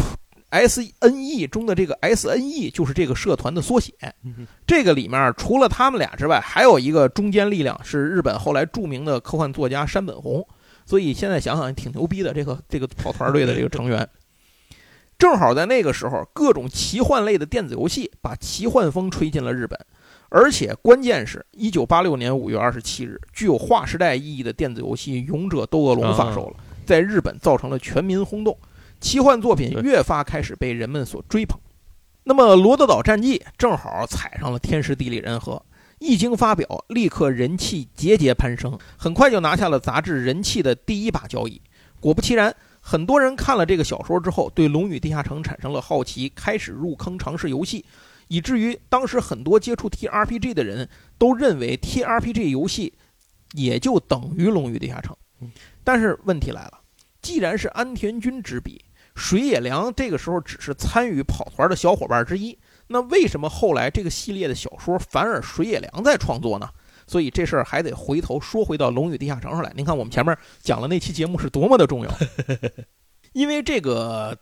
Speaker 1: SNE 中的这个 SNE 就是这个社团的缩写。这个里面除了他们俩之外，还有一个中坚力量是日本后来著名的科幻作家山本弘。所以现在想想挺牛逼的，这个跑团队的这个成员。正好在那个时候，各种奇幻类的电子游戏把奇幻风吹进了日本，而且关键是1986年5月27日，具有划时代意义的电子游戏《勇者斗恶龙》发售了，在日本造成了全民轰动，奇幻作品越发开始被人们所追捧。那么《罗德岛战记》正好踩上了天时地利人和，一经发表，立刻人气节节攀升，很快就拿下了杂志人气的第一把交椅。果不其然，很多人看了这个小说之后，对《龙与地下城》产生了好奇，开始入坑尝试游戏，以至于当时很多接触 TRPG 的人都认为 TRPG 游戏也就等于《龙与地下城》。但是问题来了，既然是安田君之笔，水野良这个时候只是参与跑团的小伙伴之一，那为什么后来这个系列的小说反而水野良在创作呢？所以这事儿还得回头说回到《龙与地下城》上来。您看我们前面讲了那期节目是多么的重要，因为这个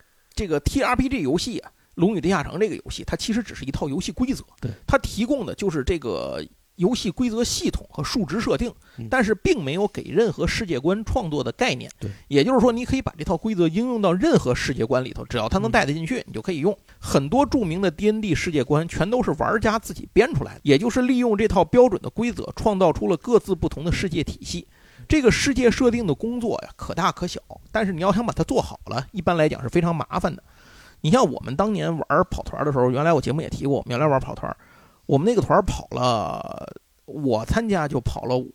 Speaker 1: TRPG 游戏啊，《龙与地下城》这个游戏，它其实只是一套游戏规则，它提供的就是这个游戏规则系统和数值设定，但是并没有给任何世界观创作的概念。也就是说，你可以把这套规则应用到任何世界观里头，只要它能带得进去，你就可以用。很多著名的 D&D 世界观全都是玩家自己编出来的，也就是利用这套标准的规则，创造出了各自不同的世界体系。这个世界设定的工作呀，可大可小，但是你要想把它做好了，一般来讲是非常麻烦的。你像我们当年玩跑团的时候，原来我节目也提过，我们原来玩跑团，我们那个团跑了，我参加就跑了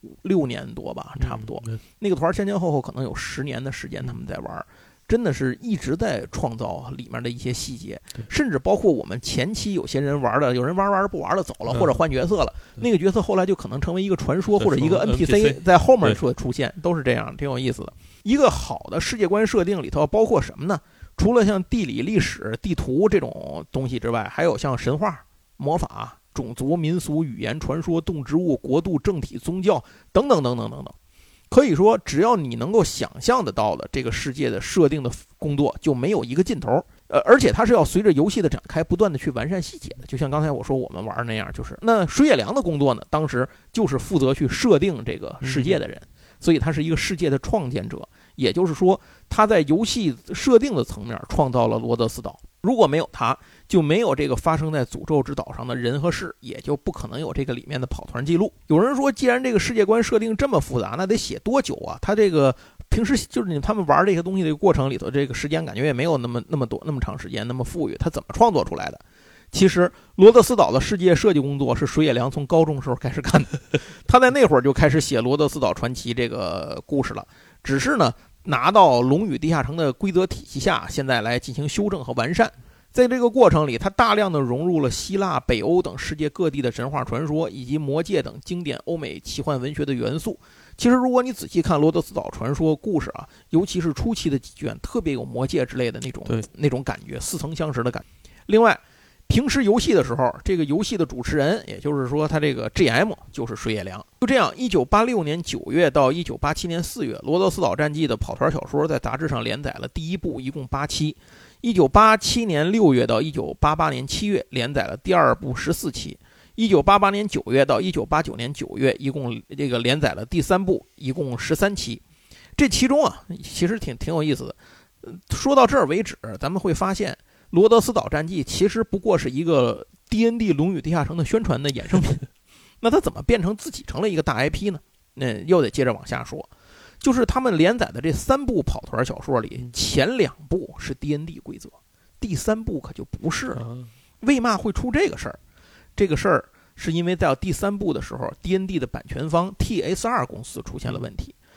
Speaker 1: 6年多吧，差不多。那个团前前后后可能有10年的时间他们在玩，真的是一直在创造里面的一些细节，甚至包括我们前期有些人玩的，有人玩着不玩了走了，或者换角色了，那个角色后来就可能成为一个传说或者一个 NPC 在后面出现，都是这样，挺有意思的。一个好的世界观设定里头包括什么呢？除了像地理、历史、地图这种东西之外，还有像神话、魔法、种族、民俗、语言、传说、动植物、国度、政体、宗教等等等等等等。可以说，只要你能够想象得到的这个世界的设定的工作，就没有一个尽头。而且它是要随着游戏的展开，不断的去完善细节的。就像刚才我说我们玩那样，就是那水野良的工作呢，当时就是负责去设定这个世界的人，所以他是一个世界的创建者。也就是说，他在游戏设定的层面创造了罗德斯岛。如果没有他，就没有这个发生在诅咒之岛上的人和事，也就不可能有这个里面的跑团记录。有人说，既然这个世界观设定这么复杂，那得写多久啊？他这个平时就是他们玩这些东西的过程里头，这个时间感觉也没有那么多那么长时间，那么富裕，他怎么创作出来的？其实罗德斯岛的世界设计工作是水野良从高中时候开始干的，他在那会儿就开始写罗德斯岛传奇这个故事了。只是呢，拿到龙与地下城的规则体系下，现在来进行修正和完善。在这个过程里，它大量的融入了希腊、北欧等世界各地的神话传说，以及魔戒等经典欧美奇幻文学的元素。其实如果你仔细看罗德斯岛传说故事啊，尤其是初期的几卷，特别有魔戒之类的那种感觉，似曾相识的感觉。另外，平时游戏的时候，这个游戏的主持人，也就是说他这个 GM 就是水野良。就这样，1986年9月到1987年4月，《罗德斯岛战记》的跑团小说在杂志上连载了第一部，一共8期。1987年6月到1988年7月连载了第二部14期。1988年9月到1989年9月，一共这个连载了第三部，一共13期。这其中啊，其实挺有意思的。说到这儿为止，咱们会发现。罗德斯岛战记其实不过是一个 D&D 龙与地下城的宣传的衍生品，那它怎么变成自己成了一个大 IP 呢？那又得接着往下说，就是他们连载的这3部跑团小说里，前2部是 D&D 规则，第3部可就不是了。为嘛会出这个事儿？这个事儿是因为在第3部的时候 ，D&D 的版权方 TSR 公司出现了问题。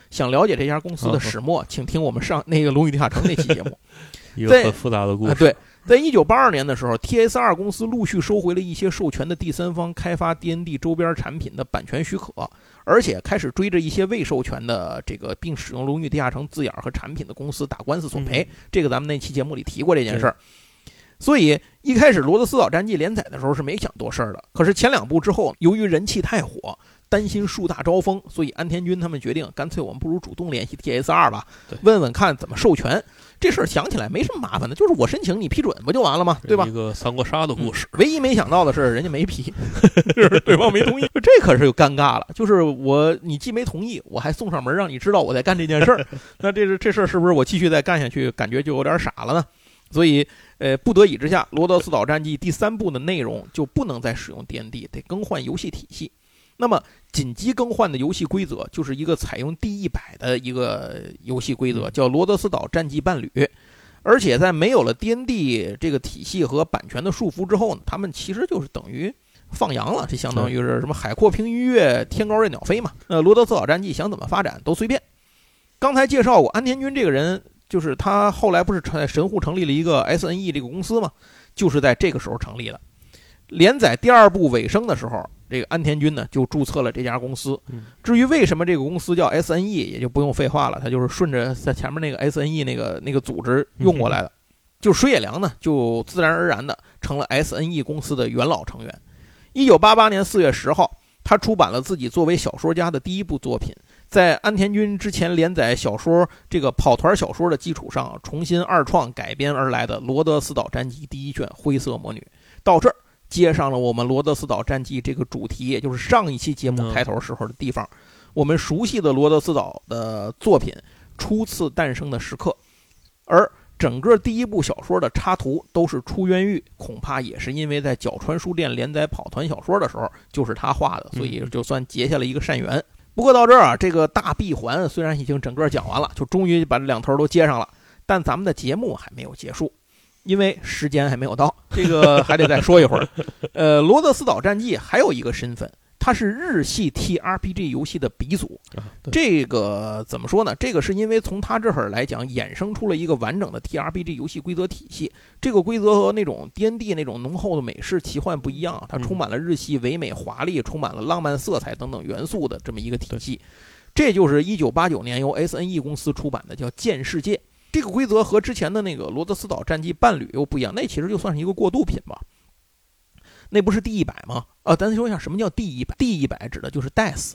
Speaker 1: 想了解这家公司的始末，请听我们上那个《龙与地下城》那期节目。
Speaker 2: 一个很复杂的故事。
Speaker 1: 对，在1982年的时候 ，TSR 公司陆续收回了一些授权的第三方开发 D&D 周边产品的版权许可，而且开始追着一些未授权的这个并使用《龙与地下城》字眼和产品的公司打官司索赔。这个咱们那期节目里提过这件事儿。所以一开始《罗德斯岛战记》连载的时候是没想多事儿的，可是前2部之后，由于人气太火，担心树大招风，所以安田君他们决定，干脆我们不如主动联系 TSR 吧，问问看怎么授权。这事儿想起来没什么麻烦的，就是我申请你批准不就完了吗？对吧？
Speaker 2: 一个三国杀的故事。
Speaker 1: 唯一没想到的是人家没批，对方没同意，这可是就尴尬了。就是你既没同意，我还送上门让你知道我在干这件事儿，那这事儿是不是我继续再干下去，感觉就有点傻了呢？所以，不得已之下，《罗德斯岛战记》第3部的内容就不能再使用 D&D， 得更换游戏体系。那么，紧急更换的游戏规则就是一个采用第100的一个游戏规则，叫《罗德斯岛战记伴侣》。而且在没有了 D&D 这个体系和版权的束缚之后呢，他们其实就是等于放羊了，这相当于是什么海阔凭鱼跃，天高任鸟飞嘛。罗德斯岛战记想怎么发展都随便。刚才介绍过安田君这个人。就是他后来不是在神户成立了一个 SNE 这个公司吗？就是在这个时候成立的。连载第2部尾声的时候，这个安田君呢就注册了这家公司。至于为什么这个公司叫 SNE， 也就不用废话了，他就是顺着在前面那个 SNE 那个组织用过来的。就水野良呢，就自然而然的成了 SNE 公司的元老成员。1988年4月10号，他出版了自己作为小说家的第1部作品。在安田君之前连载小说这个跑团小说的基础上，重新2创改编而来的《罗德斯岛战记》第1卷《灰色魔女》，到这儿接上了我们《罗德斯岛战记》这个主题，也就是上一期节目开头时候的地方。我们熟悉的罗德斯岛的作品初次诞生的时刻，而整个第1部小说的插图都是出源于，恐怕也是因为在角川书店连载跑团小说的时候就是他画的，所以就算结下了一个善缘。不过到这儿啊，这个大闭环虽然已经整个讲完了，就终于把这2头都接上了，但咱们的节目还没有结束，因为时间还没有到，这个还得再说一会儿。罗德斯岛战记还有一个身份，它是日系 TRPG 游戏的鼻祖。这个怎么说呢？这个是因为从它这儿来讲，衍生出了一个完整的 TRPG 游戏规则体系。这个规则和那种 D&D 那种浓厚的美式奇幻不一样，它充满了日系唯美华丽，充满了浪漫色彩等等元素的这么一个体系。这就是1989年由 SNE 公司出版的，叫《剑世界》。这个规则和之前的那个《罗德斯岛战记伴侣》又不一样，那其实就算是一个过渡品吧。那不是第100吗？咱说一下什么叫第100。第100指的就是 DICE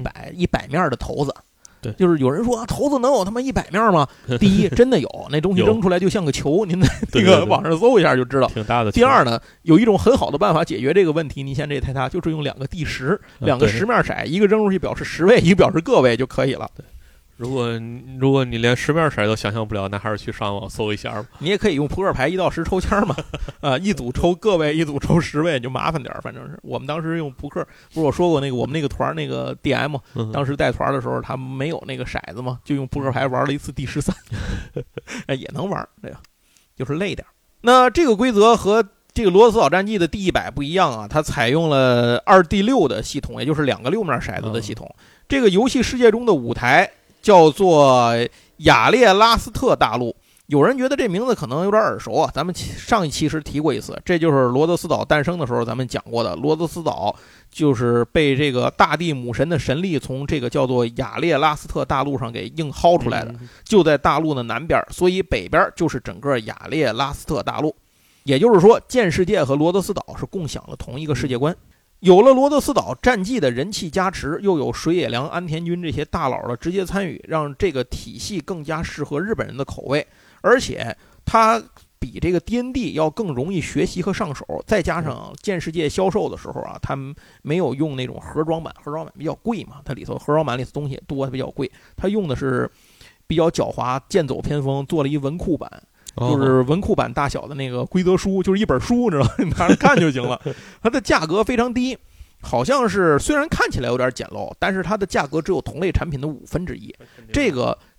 Speaker 1: 100面的骰子。
Speaker 2: 对，
Speaker 1: 就是有人说骰子能有他妈100面吗？第一，真的有，那东西扔出来就像个球，您在那个网上搜一下就知道。
Speaker 2: 挺大的。
Speaker 1: 第二呢，有一种很好的办法解决这个问题，你现在这太大，就是用2个第10，两个10面骰，一个扔出去表示10位，一个表示个位就可以了。对。
Speaker 2: 如果你连10面骰都想象不了，那还是去上网搜一下吧。
Speaker 1: 你也可以用扑克牌1到10抽签嘛，一组抽个位，一组抽10位，就麻烦点。反正是我们当时用扑克，不是我说过那个我们那个团那个 DM，当时带团的时候他没有那个骰子嘛，就用扑克牌玩了一次第13，也能玩，这个就是累点。那这个规则和这个罗德斯岛战记的第100不一样啊，它采用了2D6的系统，也就是2个6面骰子的系统。这个游戏世界中的舞台叫做亚列拉斯特大陆，有人觉得这名字可能有点耳熟啊，咱们上一期时提过一次，这就是罗德斯岛诞生的时候咱们讲过的。罗德斯岛就是被这个大地母神的神力从这个叫做亚列拉斯特大陆上给硬薅出来的，就在大陆的南边，所以北边就是整个亚列拉斯特大陆。也就是说，剑世界和罗德斯岛是共享了同一个世界观。有了罗德斯岛战记的人气加持，又有水野良、安田君这些大佬的直接参与，让这个体系更加适合日本人的口味，而且它比这个 D&D 要更容易学习和上手。再加上剑世界销售的时候啊，他们没有用那种盒装版，盒装版比较贵嘛，它里头盒装版里头东西多，它比较贵，它用的是比较狡猾、剑走偏锋，做了一文库版。就是文库版大小的那个规则书，就是一本书，你知道吗？你拿着看就行了。它的价格非常低，好像是虽然看起来有点简陋，但是它的价格只有同类产品的1/5。这个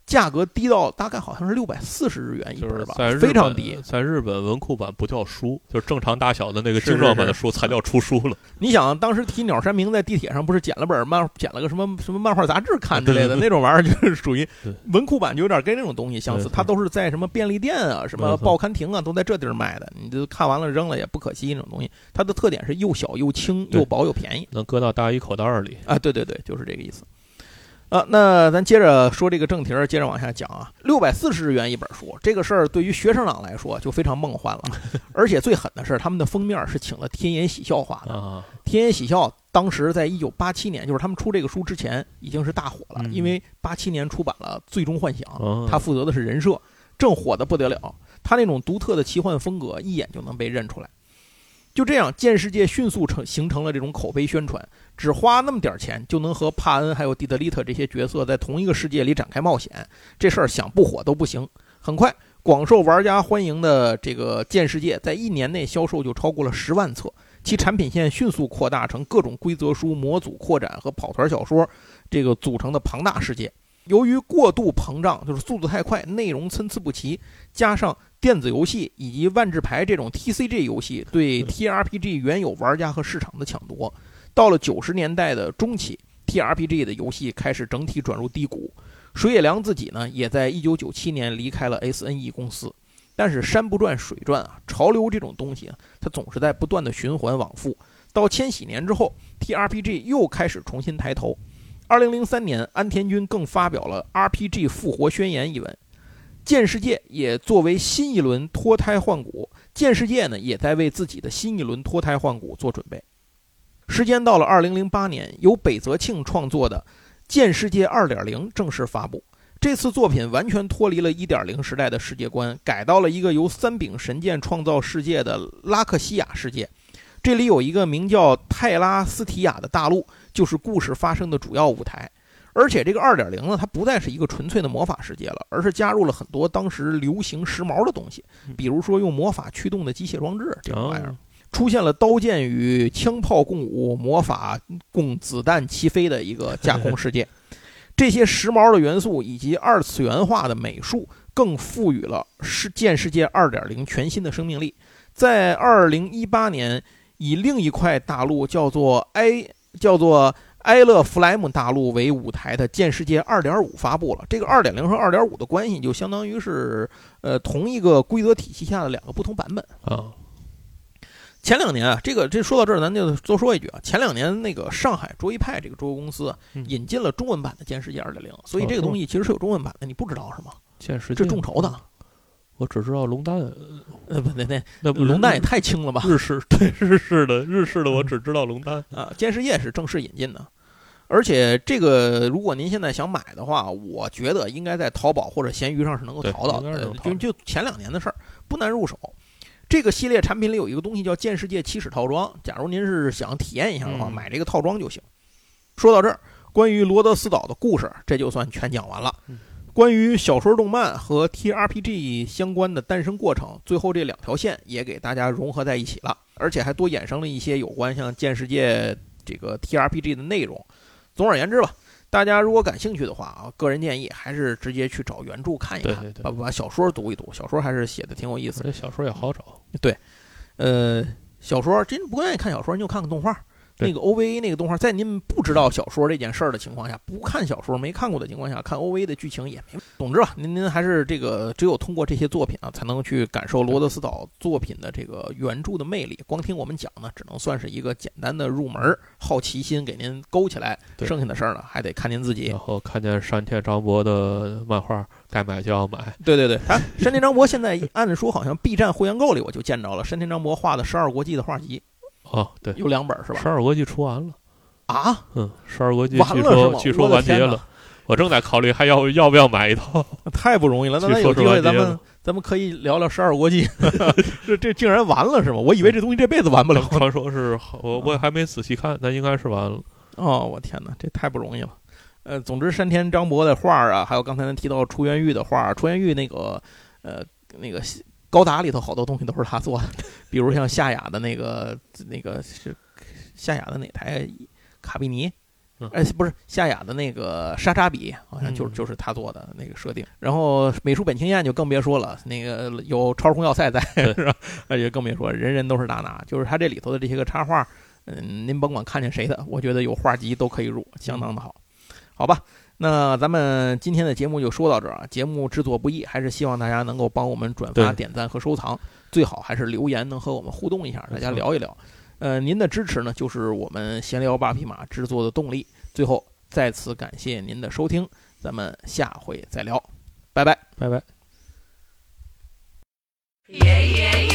Speaker 1: 价格低到大概好像是640日元一本吧，
Speaker 2: 就是
Speaker 1: 非常低。
Speaker 2: 在日本文库版不叫书，就是正常大小的那个精装版的书才叫出书了。
Speaker 1: 你想，当时提鸟山明在地铁上不是捡了个什么漫画杂志看之类的那种玩意儿，就是属于文库版，就有点跟那种东西相似。它都是在什么便利店啊、什么报刊亭啊，都在这地儿卖的。你就看完了扔了也不可惜那种东西。它的特点是又小又轻又薄又便宜，
Speaker 2: 能搁到大衣口袋里
Speaker 1: 啊。对，就是这个意思。那咱接着说这个正题，接着往下讲啊。640日元一本书，这个事儿对于学生党来说就非常梦幻了。而且最狠的是，他们的封面是请了天野喜孝画的。天野喜孝当时在1987年，就是他们出这个书之前，已经是大火了，因为87年出版了《最终幻想》，他负责的是人设，正火的不得了。他那种独特的奇幻风格，一眼就能被认出来。就这样，剑世界迅速形成了这种口碑宣传，只花那么点钱就能和帕恩还有蒂德利特这些角色在同一个世界里展开冒险，这事儿想不火都不行。很快，广受玩家欢迎的这个剑世界在1年内销售就超过了10万册，其产品线迅速扩大成各种规则书、模组扩展和跑团小说这个组成的庞大世界。由于过度膨胀，就是速度太快，内容参差不齐，加上电子游戏以及万智牌这种 TCG 游戏对 TRPG 原有玩家和市场的抢夺，到了90年代的中期， TRPG 的游戏开始整体转入低谷。水野良自己呢，也在1997年离开了 SNE 公司。但是山不转水转啊，潮流这种东西啊，它总是在不断的循环往复。到千禧年之后， TRPG 又开始重新抬头。2003年，安田君更发表了 RPG 复活宣言一文。剑世界也作为新一轮脱胎换骨，剑世界呢也在为自己的新一轮脱胎换骨做准备。时间到了2008年，由北泽庆创作的《剑世界 2.0》正式发布。这次作品完全脱离了 1.0 时代的世界观，改到了一个由三柄神剑创造世界的拉克西亚世界。这里有一个名叫泰拉斯提亚的大陆，就是故事发生的主要舞台。而且这个 2.0 呢，它不再是一个纯粹的魔法世界了，而是加入了很多当时流行时髦的东西，比如说用魔法驱动的机械装置这种玩意儿，出现了刀剑与枪炮共舞、魔法供子弹齐飞的一个架空世界。这些时髦的元素以及二次元化的美术，更赋予了剑世界 2.0 全新的生命力。在2018年，以另一块大陆叫做埃勒弗莱姆大陆为舞台的剑世界 2.5 发布了。这个 2.0 和 2.5 的关系就相当于是同一个规则体系下的两个不同版本啊。前2年啊，这说到这儿咱就多说一句啊，前2年那个上海桌游派这个桌游公司引进了中文版的剑世界 2.0， 所以这个东西其实是有中文版的，你不知道是吗？
Speaker 2: 剑世界
Speaker 1: 这众筹的。
Speaker 2: 我只知道龙丹，
Speaker 1: 那龙丹也太轻了吧？
Speaker 2: 日式的，我只知道龙丹
Speaker 1: 啊。剑世界是正式引进的，而且这个如果您现在想买的话，我觉得应该在淘宝或者闲鱼上是能够淘到的，就前2年的事儿，不难入手。这个系列产品里有一个东西叫剑世界起始套装，假如您是想体验一下的话，买这个套装就行。说到这儿，关于罗德斯岛的故事这就算全讲完了。关于小说动漫和 TRPG 相关的诞生过程，最后这2条线也给大家融合在一起了，而且还多衍生了一些有关像剑世界这个 TRPG 的内容。总而言之吧，大家如果感兴趣的话啊，个人建议还是直接去找原著看一看，把小说读一读，小说还是写的挺有意思的。
Speaker 2: 小说也好找。
Speaker 1: 对，小说真不愿意看小说，你就看看动画。那个 OVA 那个动画，在您不知道小说这件事儿的情况下，不看小说没看过的情况下，看 OVA 的剧情也没。总之吧，您还是这个只有通过这些作品啊，才能去感受罗德斯岛作品的这个原著的魅力。光听我们讲呢，只能算是一个简单的入门，好奇心给您勾起来，剩下的事儿呢还得看您自己。
Speaker 2: 然后看见山田章博的漫画，该买就要买。
Speaker 1: 对，山田章博现在按说好像 B 站会员购里我就见着了山田章博画的12国际的画集。
Speaker 2: 哦，对，
Speaker 1: 有2本是吧
Speaker 2: ？12国际出完了
Speaker 1: 啊
Speaker 2: ？12国际据说
Speaker 1: 完
Speaker 2: 结了。我正在考虑还要不要买一套，
Speaker 1: 太不容易了。那有机会咱们可以聊聊12国际。这竟然完了是吗？我以为这东西这辈子完不了。
Speaker 2: 传说是我还没仔细看，但应该是完了。
Speaker 1: 哦，我天哪，这太不容易了。总之山田章博的画啊，还有刚才咱提到出原玉的画，出原玉那个高达里头好多东西都是他做的，比如像夏雅的那个是夏雅的哪台卡比尼不是夏雅的那个莎莎比，好像就是他做的那个设定。然后美术本青彦就更别说了，那个有超时空要塞在，是吧？而且更别说人人都是大拿，就是他这里头的这些个插画，您甭管看见谁的，我觉得有画集都可以入，相当的好，好吧？那咱们今天的节目就说到这儿啊。节目制作不易，还是希望大家能够帮我们转发、点赞和收藏，最好还是留言能和我们互动一下，大家聊一聊。您的支持呢，就是我们闲聊8匹马制作的动力。最后再次感谢您的收听，咱们下回再聊，拜拜，
Speaker 2: 拜拜。
Speaker 3: Yeah, yeah, yeah.